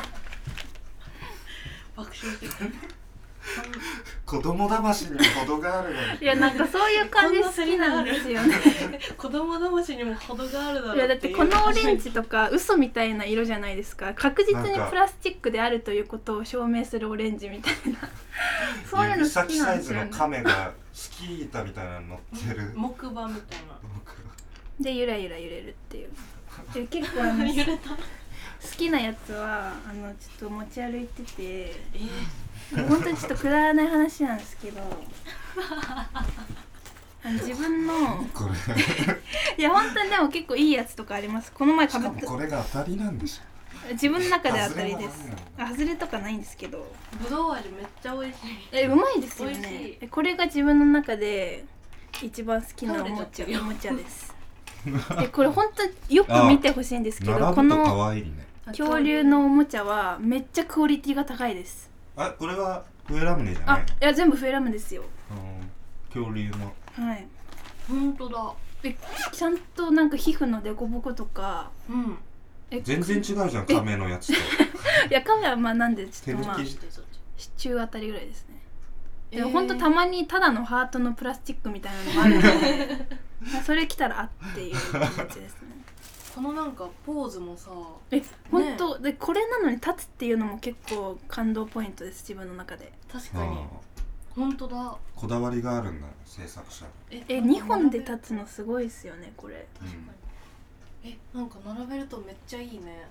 爆笑してる。 子供騙しにも程があるのに。 いやなんかそういう感じ好きなんですよね。 子供騙しにも程があるだろう。 いやだってこのオレンジとか嘘みたいな色じゃないですか。確実にプラスチックであるということを証明するオレンジみたいな。そういうの好きなんですよね。 指先サイズの亀がスキー板みたいなの乗ってる。 木馬みたいな。 でゆらゆら揺れるっていう。で結構あの揺れた。 好きなやつはあのちょっと持ち歩いてて、 えー、本当にちょっとくだらない話なんですけどあの自分のこれいや本当にでも結構いいやつとかあります。この前かぶっしかもこれが当たりなんでしょ。 自分の中で当たりです。 外れはあ外れとかないんですけどぶどう味めっちゃ美味しい。 えうまいですよ美味しねい。 これが自分の中で一番好きなおもちゃおもちゃですでこれ本当よく見てほしいんですけど、こ並ぶと可の愛いね。 恐竜のおもちゃはめっちゃクオリティが高いです。 あこれは笛ラムネじゃなあい？ いや全部フェラムですよ。 うん恐竜の。 はい本当だ。 えちゃんとなんか皮膚のデコボコとかうんえ全然違うじゃん亀のやつと。 いやカメはまあなんでちょっとまあ手抜き支柱あたりぐらいですね。 えーでもほんとたまにただのハートのプラスチックみたいなのがあるのでそれ来たらあっていう気持ちですね。 このなんかポーズもさえほんとでこれなのに立つっていうのも結構感動ポイントです自分の中で。 確かに本当だ。 こだわりがあるんだ制作者。 ええにほんで立つのすごいですよねこれ。 確かに。えなんか並べるとめっちゃいいね。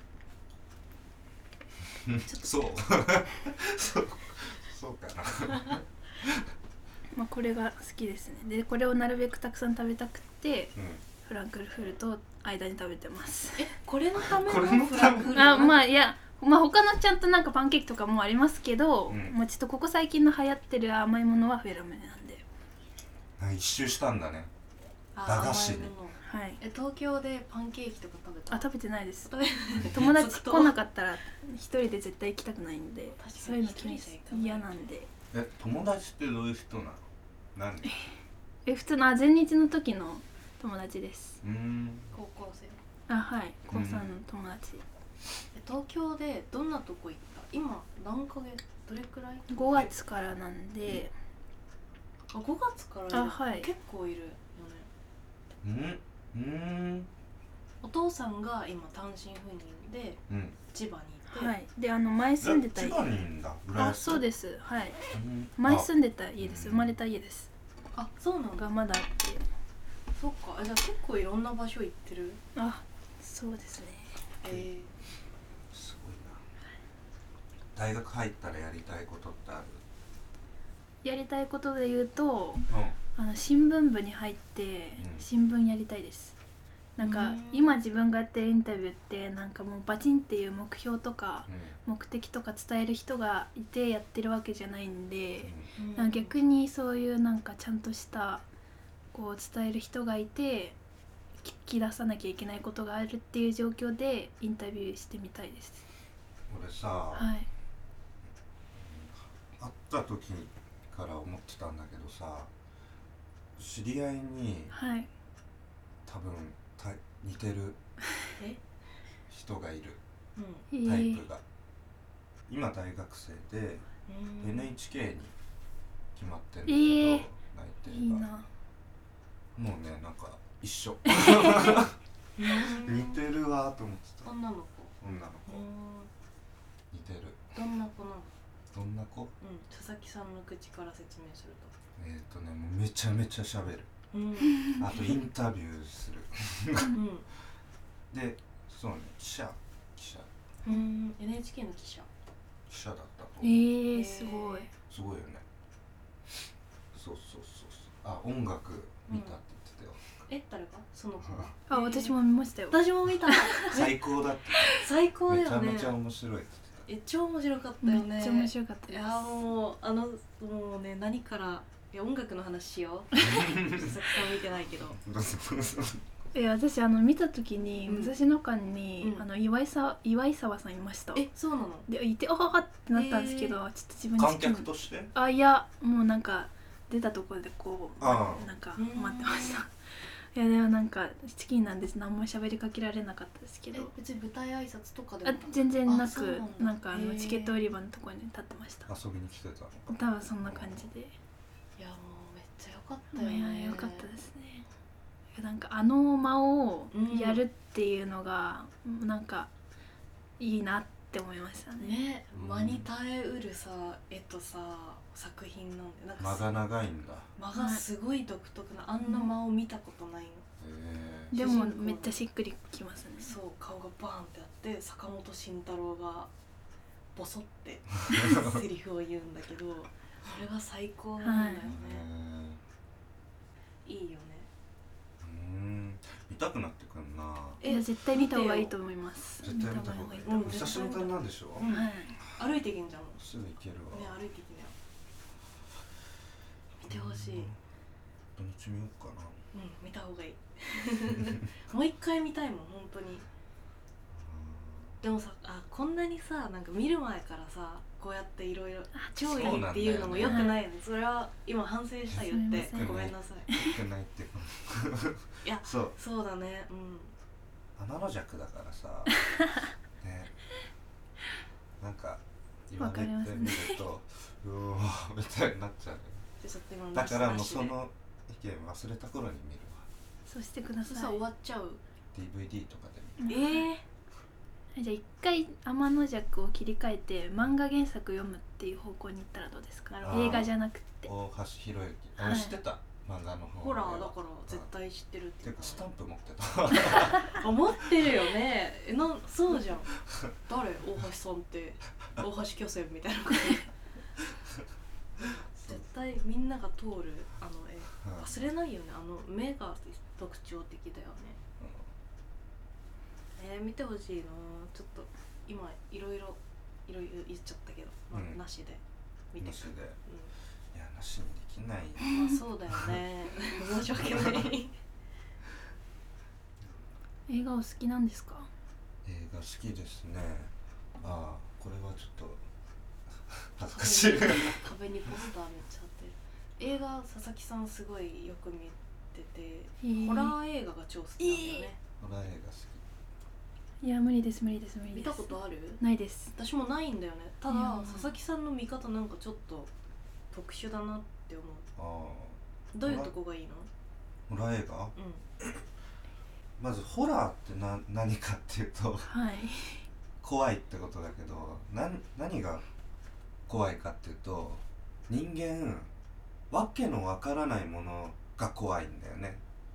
そうそうそうかな。 まあこれが好きですね。でこれをなるべくたくさん食べたくて、 うんフランクフルトを間に食べてます。 えこれのためのこれのフランクフルト。 あまあいやまあ他のちゃんとなんかパンケーキとかもありますけど、 うんもうちょっとここ最近の流行ってる甘いものはフェラムネなんで。 あ一周したんだね。 あ駄菓子に甘いものはい。 え東京でパンケーキとか食べた？ あ食べてないです。 食べ友達来なかったら一人で絶対行きたくないんで、 確かにそういうの気に一人じゃ行かない嫌なんで。 え友達ってどういう人なの？何？ え普通のあ前日の時の友達です。 うーん。 高校生。 あはい高さんの友達。 え東京でどんなとこ行った？今何ヶ月どれくらい？ ごがつからなんで。 あごがつからいる。 あはい結構いるよね。 うんうんお父さんが今単身赴任でうん。 千葉にいて、 はい。であの前住んでた千葉にいるんだ。 あそうでですはい。 す。 前住んでた家です。 うん生まれた家です。 あそうなんだ。 がまだあってそっか。じゃあ結構いろんな場所行ってる。 あ、そうですね。 えー、すごいな。大学入ったらやりたいことってある？ やりたいことで言うと、 うん、 あの新聞部に入って新聞やりたいです。うん、なんか今自分がやってるインタビューってなんかもうバチンっていう目標とか目的とか伝える人がいてやってるわけじゃないんで、うん、なんか逆にそういうなんかちゃんとしたこう伝える人がいて聞き出さなきゃいけないことがあるっていう状況でインタビューしてみたいです。 俺さ、 はい、 会った時から思ってたんだけどさ、知り合いに、はい、多分た似てる人がいる、うん、タイプが、えー、今大学生で エヌエイチケー に決まってるんだけど、えー、内定がいいな。もうね、なんか一緒似てるわと思ってた。 女の子女の子似てる。 どんな子なの？ どんな子？うん、 佐々木さんの口から説明するとえっ、ー、とね、もうめちゃめちゃ喋る、うん、あとインタビューする、うん、で、そうね、記者記者うん、エヌエイチケー の記者記者だったと思う。 えー、すごいすごいよね。そうそうそうそう。あ、音楽見たって言ってたよ、 うん、え、誰か？その子あ、私も見ましたよ。 私も見た最高だって最高だよね。 めちゃめちゃ面白いって言ってた。え、超面白かったよね。 めっちゃ面白かったです。 いや、もうあのもうね、何からいや音楽の話しよう佐々木さん見てないけどえ、私あの見た時に、うん、武蔵野館に、うん、あの岩井さ岩井沢さんいました。 え、そうなの？ でいて、ああってなったんですけど、えー、ちょっと自分に観客として？ あ、いや、もうなんか出たところでこうなんか待ってました。いや、でもなんかチキンなんです。何も喋りかけられなかったですけど。 え、別に舞台挨拶とかでも？ あ、全然なく、な, なんかあのチケット売り場のところに立ってました。 遊びに来てたのか。 多分そんな感じで。 いや、もうめっちゃ良かったよね。 いや、良かったですね。なんかあの間をやるっていうのが、うん、なんかいいなって思いましたね。 ね、間に耐えうるさ絵とさ作品なんで、なんか間が長いんだ。 間がすごい独特な、あんな間を見たことないの。 うん、でもめっちゃしっくりきますね。 そう、顔がバーンってあって、坂本慎太郎がボソってセリフを言うんだけど、それが最高なんだよね。はい、いいよね。 うん、見たくなってくんな。 え、絶対見た方がいいと思います。 絶対見た方がいい。武蔵野館なんでしょ？ うん、はい。歩いていけんじゃん。 すぐ行けるわ。 ね、歩いていけんよ。見てほしい。 土日見ようかな。 うん、見た方がいい。もう一回見たいもん、本当に。でもさ、あ、こんなにさ、なんか見る前からさ、こうやっていろいろ超いいっていうのも良くないの。それは今反省した言って、ごめんなさい。 良くないっていうか。 いや、そう、そうだね。うん。 天の弱だからさ、ね、なんか言われてみると、うおーみたいになっちゃう。だからもうその意見忘れた頃に見るわ。 そうしてください。 そう終わっちゃう。 ディーブイディー とかで見る。えー、じゃあ一回天の弱を切り替えて漫画原作読むっていう方向に行ったらどうですか？映画じゃなくて。大橋弘之、あ、はい、知ってた。漫画の方。 ほら、だから絶対知ってるっていうか。 スタンプ持ってた。 あ、持ってるよね。え、なん、そうじゃん。誰？大橋さんって大橋巨泉みたいな感じ。絶対みんなが通るあの絵、忘れないよね。あの目が特徴的だよね。うん、えー、見てほしいな。ちょっと今いろいろいろいろ言っちゃったけど、まあ、うん、なしで見てく。 なしで、うん、いや、なしにできないよ。 まあそうだよね。申し訳ない。 映画お好きなんですか？ 映画好きですね。ああ、これはちょっと恥ずかしい。 壁にポスターめっちゃ貼ってる。映画佐々木さんすごいよく見てて、ホラー映画が超好きなんだよね。 ホラー映画好き。いや、無理です無理です無理です。 見たことある？ ないです。 私もないんだよね。ただ佐々木さんの見方なんかちょっと特殊だなって思う。ああ。どういうとこがいいの？ ホラー映画？うん。まずホラーってな何かっていうと、はい、怖いってことだけど、な何が怖いかっていうと、人間わけのわからないものが怖いんだよね。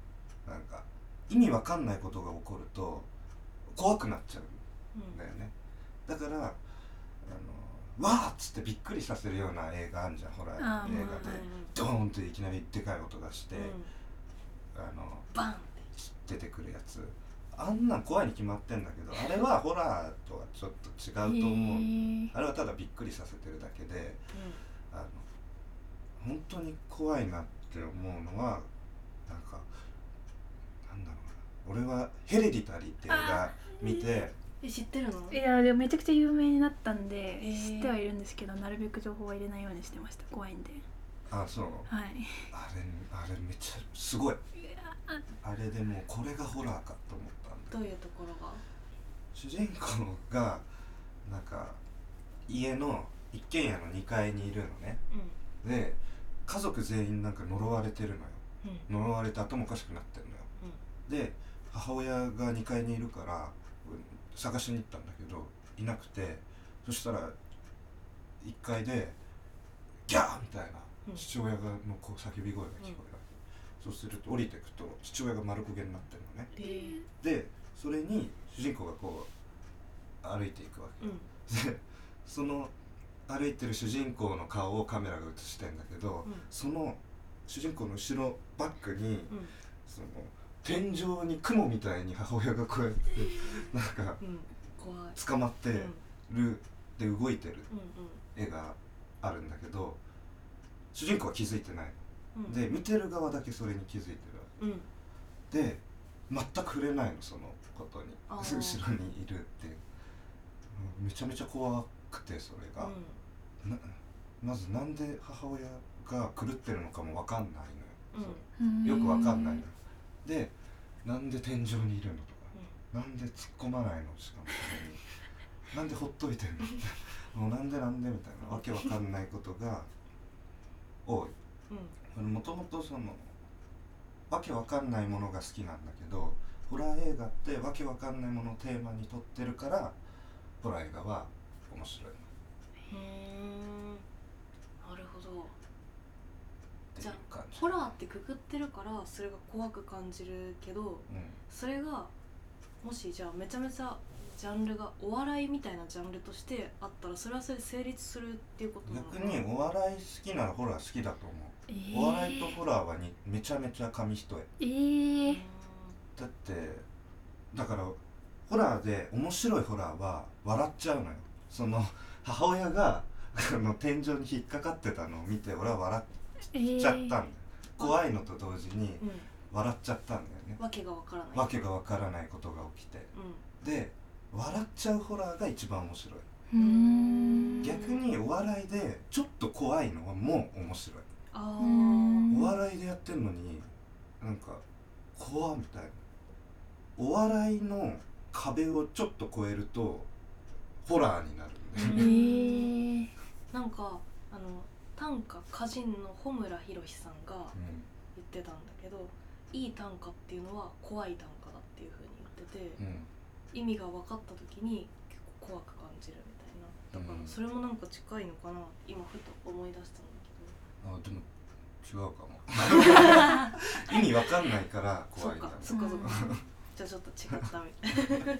なんか意味わかんないことが起こると怖くなっちゃうんだよね、うん、だからあのわーっつってびっくりさせるような映画あるじゃん、ホラー映画でドーンっていきなりでかい音がして、うん、あのバンって出てくるやつ、あんなん怖いに決まってんだけど、あれはホラーとはちょっと違うと思う、あれはただびっくりさせてるだけで、うん、あの本当に怖いなって思うのはなんかなんだろうな、俺はヘレディタリーって映画見て、 え知ってるの？ いやでもめちゃくちゃ有名になったんで、えー、知ってはいるんですけど、なるべく情報は入れないようにしてました。怖いんで。 あ、そう。 はい。 あれあれめっちゃすごい。あれでもうこれがホラーかと思ったんで。 どういうところが？ 主人公がなんか家の一軒家のにかいにいるのね、うん、で家族全員なんか呪われてるのよ、うん、呪われて頭おかしくなってるのよ、うん、で母親がにかいにいるから探しに行ったんだけどいなくて、そしたらいっかいでギャーみたいな父親がのこう叫び声が聞こえる、うん、そうすると降りていくと父親が丸焦げになってるのね、えー、でそれに主人公がこう歩いていくわけ、うん、でその歩いてる主人公の顔をカメラが映してんだけど、うん、その主人公の後ろバックに、うん、その天井に雲みたいに母親がこうやってなんか、うん、捕まってる、で動いてる絵があるんだけど、主人公は気づいてない、うん、で見てる側だけそれに気づいてる、うん、で全く触れないの、そのことに後ろにいるっていう、めちゃめちゃ怖くて、それが、うん、なまずなんで母親が狂ってるのかも分かんないのよ、うん、よく分かんないのよ。でなんで天井にいるのとか、うん、なんで突っ込まないの、しかもそれになんでほっといてんのもうなんでなんでみたいなわけわかんないことが多い。もともとそのわけわかんないものが好きなんだけど、ホラー映画ってわけわかんないものをテーマに撮ってるからホラー映画は面白い。 へー、なるほど。じゃあホラーってくくってるからそれが怖く感じるけど、うん、それがもしじゃあめちゃめちゃジャンルがお笑いみたいなジャンルとしてあったら、それはそれで成立するっていうことなのかな。 逆にお笑い好きならホラー好きだと思う、えー、お笑いとホラーはにめちゃめちゃ紙一重、えー、だってだからホラーで面白いホラーは笑っちゃうのよ。その母親があの天井に引っかかってたのを見て俺は笑っちゃったんだよ、えー、怖いのと同時に笑っちゃったんだよね、 うん、わけがわからないわけがわからないことが起きて、うん、で笑っちゃうホラーが一番面白い。うーん、逆にお笑いでちょっと怖いのはもう面白い。あー、お笑いでやってんのになんか怖みたいな、お笑いの壁をちょっと越えるとホラーになるんで、えー、 なんかあの短歌歌人の穂村弘さんが言ってたんだけど、うん、いい短歌っていうのは怖い短歌だっていう風に言ってて、うん、意味が分かった時に結構怖く感じるみたいな。だからそれもなんか近いのかな、今ふと思い出したんだけど。 あ、でも違うかも意味わかんないから怖いんだ。 そっかそっかそっかじゃあちょっと違ったみたいな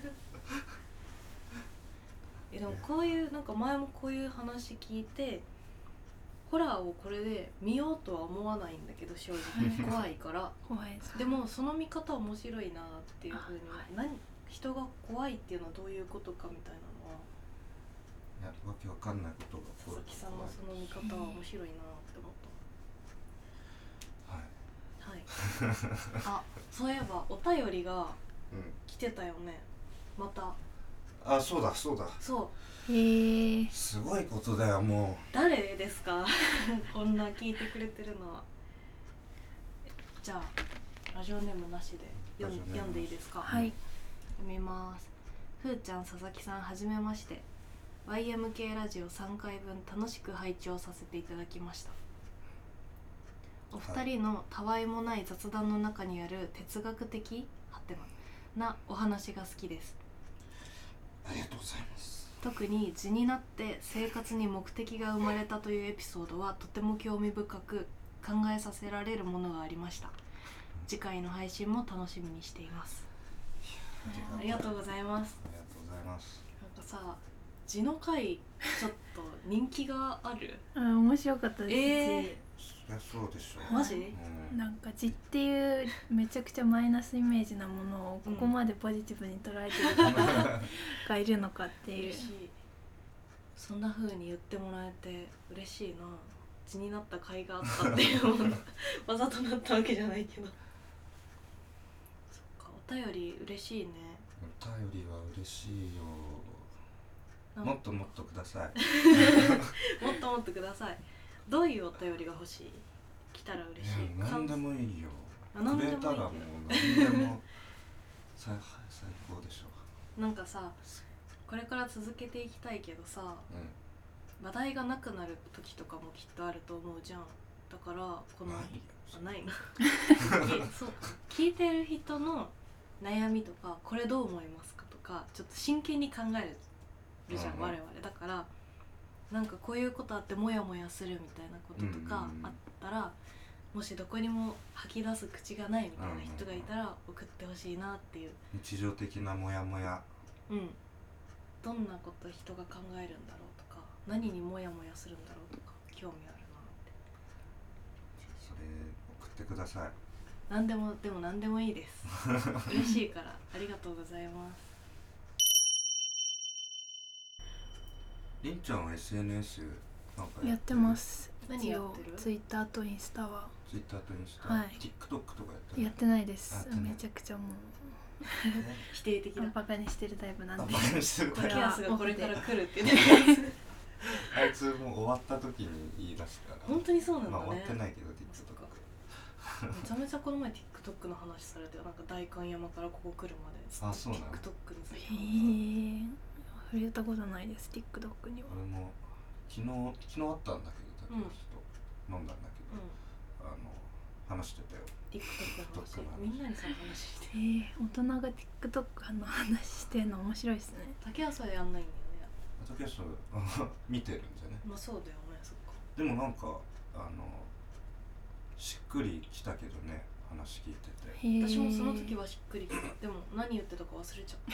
え、でもこういうなんか前もこういう話聞いて、ホラーをこれで見ようとは思わないんだけど正直怖いから怖い。でもその見方面白いなっていうふうに、何人が怖いっていうのはどういうことかみたいなのは、 いやわけわかんないことが佐々木さんのその見方は面白いなって思った。はいあ、そういえばお便りが来てたよね、うん、また。 あ、そうだそうだそう。 へえ、 すごいことだよ。もう誰ですかこんな聞いてくれてるのは。じゃあラジオネームなしで読ん、読んでいいですか。 はい、 読みます。ふーちゃん、佐々木さん、はじめまして。 ワイエムケー ラジオさんかいぶん楽しく拝聴させていただきました。お二人のたわいもない雑談の中にある哲学的はてななお話が好きです。 ありがとうございます。 特に図になって生活に目的が生まれたというエピソードはとても興味深く考えさせられるものがありました。 次回の配信も楽しみにしています。ありがとうございます。 ありがとうございます。 なんかさ、字の回ちょっと人気がある。 うん、面白かったです。 えー、 いやそうでしょう。 マジ？ うん、 なんか字っていうめちゃくちゃマイナスイメージなものをここまでポジティブに捉えてる方がいるのかっていう。 嬉しい。そんな風に言ってもらえて嬉しいな。字になった甲斐があったっていうものわざとなったわけじゃないけど。そっか、お便り嬉しいね。 お便りは嬉しいよ。もっともっとください。 もっともっとください。どういうお便りが欲しい？来たら嬉しい。 何でもいいよ。 くれたらもう何でも最最高でしょう。なんかさ、これから続けていきたいけどさ、うん、話題がなくなる時とかもきっとあると思うじゃん。だからこのあないのそう聞いてる人の悩みとか、これどう思いますかとか、ちょっと真剣に考えるじゃん、うん、我々だから、なんかこういうことあってモヤモヤするみたいなこととかあったら、もしどこにも吐き出す口がないみたいな人がいたら送ってほしいなっていう。 日常的なモヤモヤ、 うん、どんなこと人が考えるんだろうとか、何にモヤモヤするんだろうとか興味あるなって。 それ送ってください。 何でも、でも何でもいいです嬉しいから。ありがとうございます。 りんちゃんは エスエヌエス なんかやってます。 何やってる？ ツイッターとインスタは。 ツイッターとインスタ、はい、TikTok とかやってる？ やってないです。めちゃくちゃもう否定的な。 バカにしてるタイプなんで。 バカにしてるタイプ。 キアスがこれから来るって言ってあいつもう終わった時に言い出すから。 本当にそうなんだね。 まあ終わってないけど TikTok。 めちゃめちゃこの前 TikTok の話されて、なんか代官山からここ来るまであ、そうなの？ TikTok について。 へえ。触れたことないです TikTok には。 俺も昨日昨日あったんだけど、竹内と飲んだんだけど、うん、あの話してたよ。 TikTok の話。みんなにその話して。 えー、大人が TikTok の話してるの面白いですね。 竹安はやんないんだよね。 竹安見てるんじゃね。 まあそうだよね、そっか。 でもなんかあのしっくりきたけどね、話聞いてて。 私もその時はしっくりきた。でも何言ってたか忘れちゃった。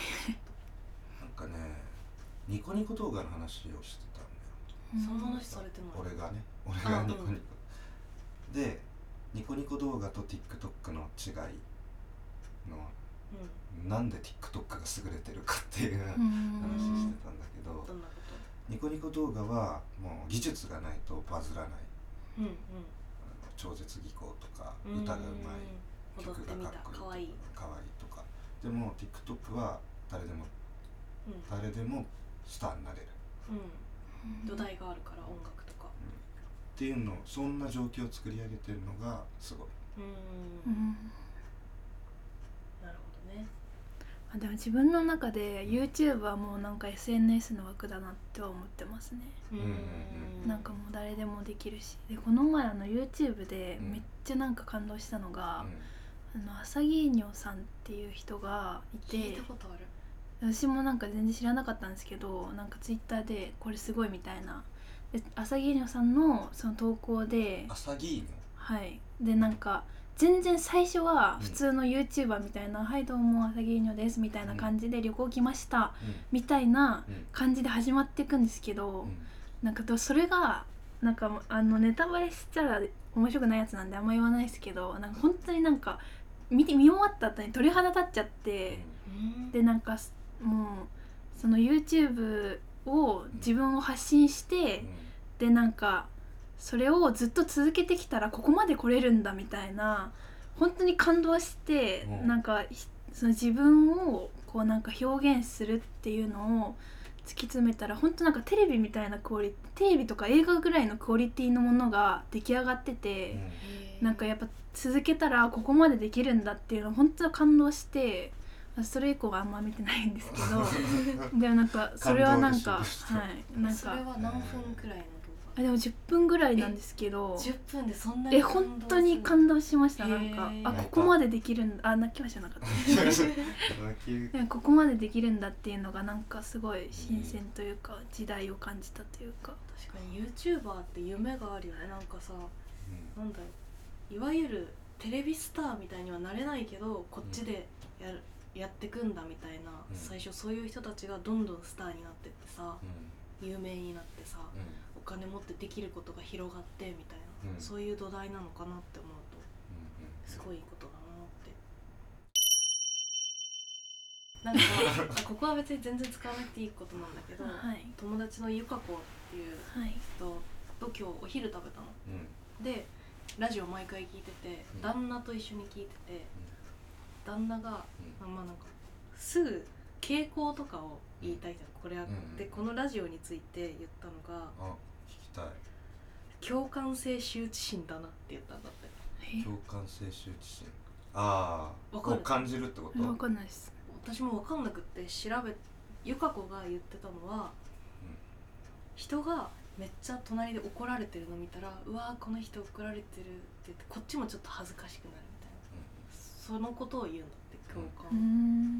なんかね、ニコニコ動画の話をしてたんだよ。その話されてない。 俺がね、俺がニコニコ、うん、でニコニコ動画と TikTok の違いの、うん、なんで TikTok が優れてるかっていう話してたんだけど、 どんなこと？ ニコニコ動画はもう技術がないとバズらない、うんうん、超絶技巧とか歌がうまい、曲がかっこいいとか、かわいいとか。でも TikTok は誰でも、うん、誰でもスターになれる、 うん、土台があるから音楽とか、うん、 っていうの、そんな状況を作り上げてるのがすごい。 うん、うん、なるほどね。 あ、でも自分の中で YouTube はもうなんか エスエヌエス の枠だなっては思ってますね。うん、なんかもう誰でもできるし。でこの前あの YouTube でめっちゃなんか感動したのが、うん、あの朝木にょさんっていう人がいて、 聞いたことある。 私もなんか全然知らなかったんですけど、なんかツイッターでこれすごいみたいな、で朝木にょさんのその投稿で、 朝木にょ、 はいでなんか全然最初は普通の YouTuber みたいな、うん、はいどうも朝木にょですみたいな感じで旅行来ました、うん、みたいな感じで始まっていくんですけど、うん、なんかそれがなんかあのネタバレしたら面白くないやつなんであんま言わないですけど、なんか本当になんか見て見終わった後に鳥肌立っちゃって、うん、でなんかもうその YouTube を自分を発信して、うん、でなんかそれをずっと続けてきたらここまで来れるんだみたいな、本当に感動して、うん、なんかその自分をこうなんか表現するっていうのを突き詰めたら、本当なんかテレビみたいなクオリティ、テレビとか映画ぐらいのクオリティのものが出来上がってて、うん、なんかやっぱ続けたらここまでできるんだっていうのを本当に感動して、それ以降はあんま見てないんですけどでもなんかそれはなんか、はい、なんかそれは何分くらいの動画？ あでもじゅっぷんぐらいなんですけど、 じゅっぷんでそんなにえ本当に感動しました。なんかあここまでできるんだ、あ泣きましたなかったここまでできるんだっていうのがなんかすごい新鮮というか、時代を感じたというか。 確かに YouTuber って夢があるよね。なんかさ、うん、なんだろう、いわゆるテレビスターみたいにはなれないけどこっちでやる、うん、やってくんだみたいな、うん、最初そういう人たちがどんどんスターになってってさ、うん、有名になってさ、うん、お金持ってできることが広がってみたいな、うん、そういう土台なのかなって思うと、うん、すごいいいことだなってなんかここは別に全然使わなくていいことなんだけど、はい、友達のゆかこっていう人と今日お昼食べたの、うん、でラジオ毎回聞いてて、うん、旦那と一緒に聞いてて、うん、旦那が、うん、まあなんかすぐ傾向とかを言いたいじゃん、これは、うん、でこのラジオについて言ったのが、 あ、聞きたい。 共感性羞恥心だなって言ったんだって。 共感性羞恥心、ああ、を感じるってこと？ 分かんないです。 私も分かんなくって調べ、ゆかこが言ってたのは、うん、人がめっちゃ隣で怒られてるの見たら、うわーこの人怒られてるって言ってこっちもちょっと恥ずかしくなるみたいな、うん、そのことを言うんだって共感、うん、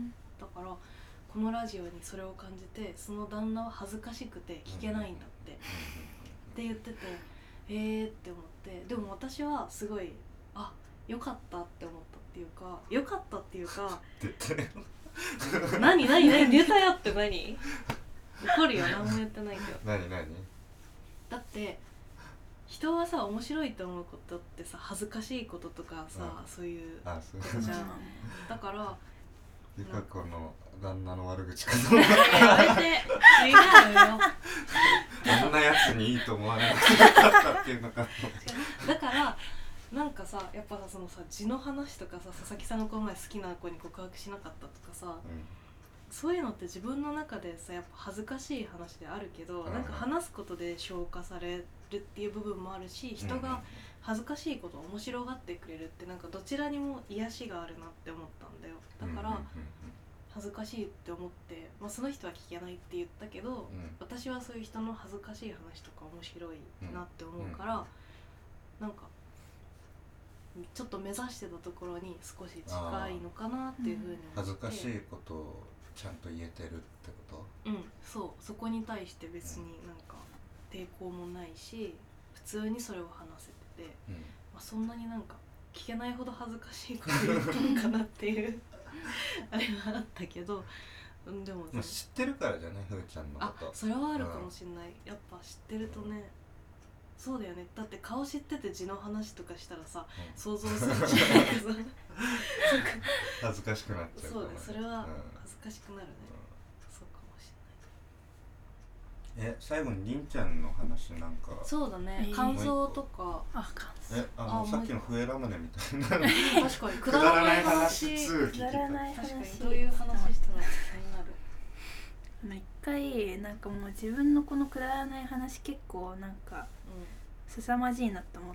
だからこのラジオにそれを感じて、その旦那は恥ずかしくて聞けないんだって、うん、って言ってて、えーって思って、でも私はすごい、あ、よかったって思ったっていうか、よかったっていうか何何何出たよって何怒るよ、何も言ってないけど何何だって人はさ、面白いと思うことってさ、恥ずかしいこととかさ、うん、そういうことじゃん。だからゆかこの旦那の悪口かと思ったやめて、違うよこんなやつにいいと思わなかったっていうのかだからなんかさ、やっぱさ、そのさ、字の話とかさ、佐々木さんのこの前好きな子に告白しなかったとかさ、うん、そういうのって自分の中でさ、やっぱ恥ずかしい話であるけど、うん、なんか話すことで消化されるっていう部分もあるし、人が恥ずかしいことを面白がってくれるって、なんかどちらにも癒しがあるなって思ったんだよ。だから恥ずかしいって思って、まあ、その人は聞けないって言ったけど、うん、私はそういう人の恥ずかしい話とか面白いなって思うから、うん、なんかちょっと目指してたところに少し近いのかなっていうふうに思って、 恥ずかしいことをちゃんと言えてるってこと？ うん、そう、そこに対して別になんか抵抗もないし、普通にそれを話せてて、うん、まあ、そんなになんか聞けないほど恥ずかしいこと言ったのかなっていうあれはあったけど、でも、 ね、知ってるからじゃない、ふーちゃんのこと。 あ、それはあるかもしれない、うん、やっぱ知ってるとね、そうだよね。だって顔知ってて字の話とかしたらさ、うん、想像するじゃないけど恥ずかしくなっちゃうから、ね、そうだ、それは恥ずかしくなるね、うん、そうかもしれない。え、最後にりんちゃんの話なんか。 そうだね、えー、感想とか。 あ、感想。 え、あのあさっきの笛ラムネみたいな確かにくだらない話、 くだらない話、 確かにどういう話したら気になる。 一回なんかもう自分のこのくだらない話結構なんか凄まじいなと思って、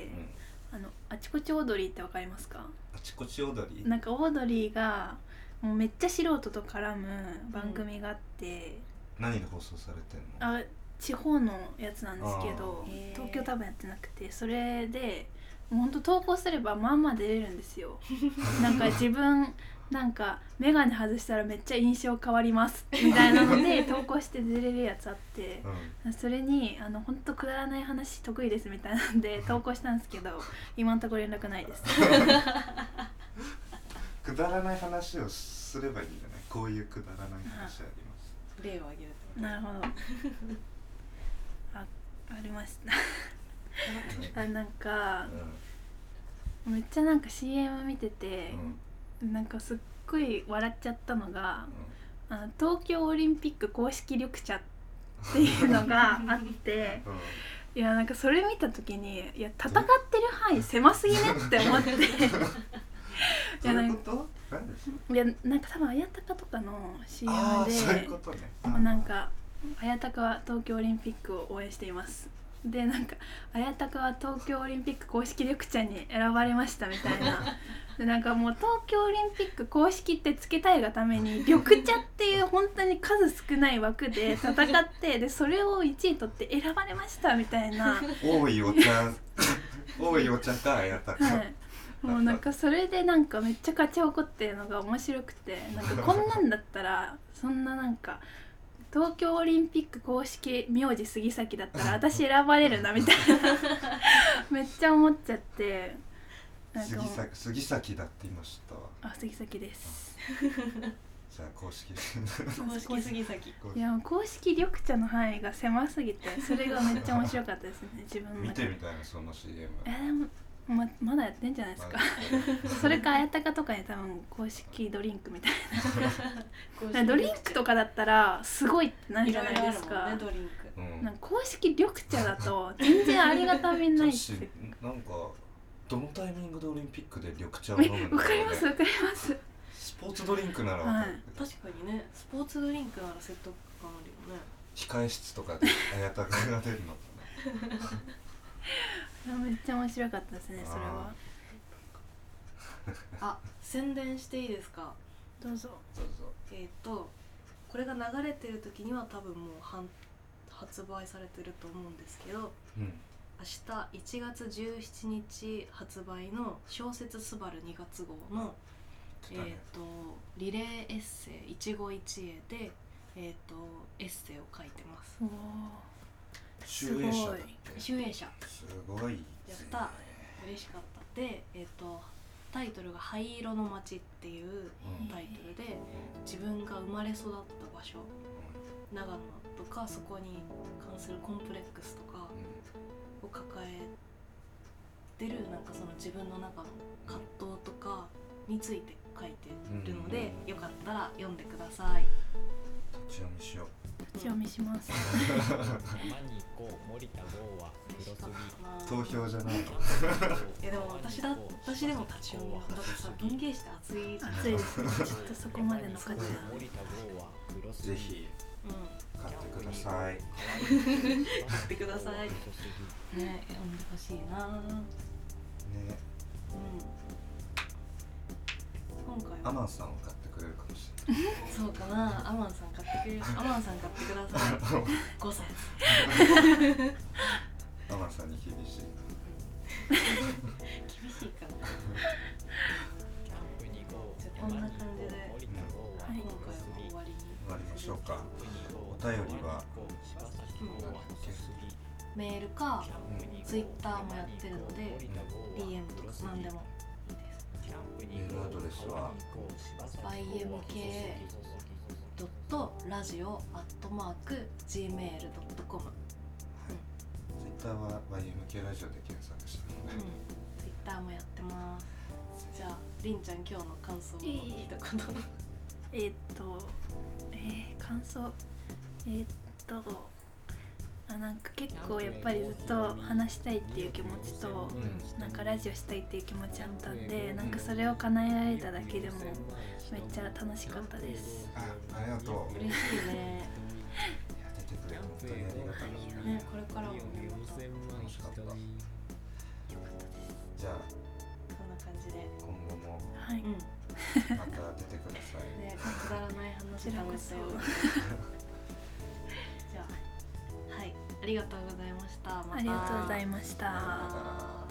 うん、あのあちこちオードリーってわかりますか？ あちこちオードリー、 なんかオードリーがもうめっちゃ素人と絡む番組があって、 うん、何で放送されてんの？ あ、地方のやつなんですけど、東京多分やってなくて、それでもうほんと投稿すればまあまあ出れるんですよなんか自分なんかメガネ外したらめっちゃ印象変わりますみたいなので投稿して出れるやつあって、うん、それにあのほんとくだらない話得意ですみたいなんで投稿したんですけど今んとこ連絡ないですくだらない話をすればいいんじゃない？こういうくだらない話あります。 例を挙げると。 なるほどあ、ありましたあ、なんか、うん、めっちゃなんか シーエム 見てて、うん、なんかすっごい笑っちゃったのが、うん、あの東京オリンピック公式緑茶っていうのがあって、うん、いやなんかそれ見た時に、いや戦ってる範囲狭すぎねって思っていやなんかいやなんか多分綾鷹とかの シーエム で、 そういうことね、 なんか綾鷹は東京オリンピックを応援していますで、なんか綾鷹は東京オリンピック公式緑茶に選ばれましたみたいなで、なんかもう東京オリンピック公式ってつけたいがために緑茶っていう本当に数少ない枠で戦ってでそれをいちい取って選ばれましたみたいな多いお茶多いお茶か綾鷹、はい、 もうなんかそれでなんかめっちゃ勝ち誇ってるのが面白くて、なんかこんなんだったらそんななんか東京オリンピック公式名字杉崎だったら私選ばれるなみたいなめっちゃ思っちゃって、 杉崎杉崎だって言いましたわ。 あ、杉崎です。 じゃあ公式公式杉崎。 いや公式緑茶の範囲が狭すぎてそれがめっちゃ面白かったですね。自分の見てみたいなその シーエム。 えー、でも ま, まだやってんじゃないですか。それかあやたかとかに多分公式ドリンクみたいなドリンクとかだったらすごいってなるじゃないですか。 ね、ドリンク、 うん、なんか公式緑茶だと全然ありがたみないって。 なんかどのタイミングでオリンピックで緑茶を飲むんだろうね。 わかりますわかります。 スポーツドリンクならわかる、はい、 確かにね、スポーツドリンクなら説得感あるよね。 控え室とかであやたかが出るのかな。めっちゃ面白かったですね、それは。 あ、宣伝していいですか。 どうぞどうぞ。 えっとこれが流れてる時には多分もう発売されてると思うんですけど、うん、明日いちがつじゅうしちにち発売の小説すばるにがつごうの、えー、とリレーエッセイ一期一会で、えー、とエッセイを書いてます。 集英社だって。 集英社すごい、ね、 やった、嬉しかった。で、えー、とタイトルが灰色の街っていうタイトルで、自分が生まれ育った場所、長野とかそこに関するコンプレックスとかを抱えてる、なんかその自分の中の葛藤とかについて書いてるので、よかったら読んでください。 立ち読みしよう。 立ち読みします。 投票じゃない。いやでも私だ私でも立ち読みだってさ、文芸誌って熱い熱いですね。ちょっとそこまでの価値は。 ぜひ買ってください。 買ってください。ね、読んでほしいな。ね。うん。今回アマンさんを買ってくれるかもしれない。 そうかな、アマンさん買ってくれる。アマンさん買ってください。ごさい。 アマンさんに厳しい。 厳しいかな。じゃあこんな感じで、うん、今回は終わりに終わりましょうか。お便りは、 うん、メールか、うん、ツイッターもやってるので、うん、ディーエム とか何でもいいです。 メールアドレスはワイエムケードットラジオアットマークジーメールドットコム。 ツイッターは ワイエムケー ラジオで検索したので、 うん、ツイッターもやってます。じゃありんちゃん、今日の感想を一言。 えー、っとえー、感想えー、っとあなんか結構やっぱりずっと話したいっていう気持ちと、うん、なんかラジオしたいっていう気持ちあったんで、なんかそれを叶えられただけでもめっちゃ楽しかったです。 あ、ありがとう。 嬉しいね。 いや、出てくれ本当にありがたいね。これからも楽しかった。よかったです。じゃあこんな感じで今後も、 はい、うん、 また出てください。 ね、くだらない話楽しそう。じゃあ、はい、ありがとうございました。またありがとうございました。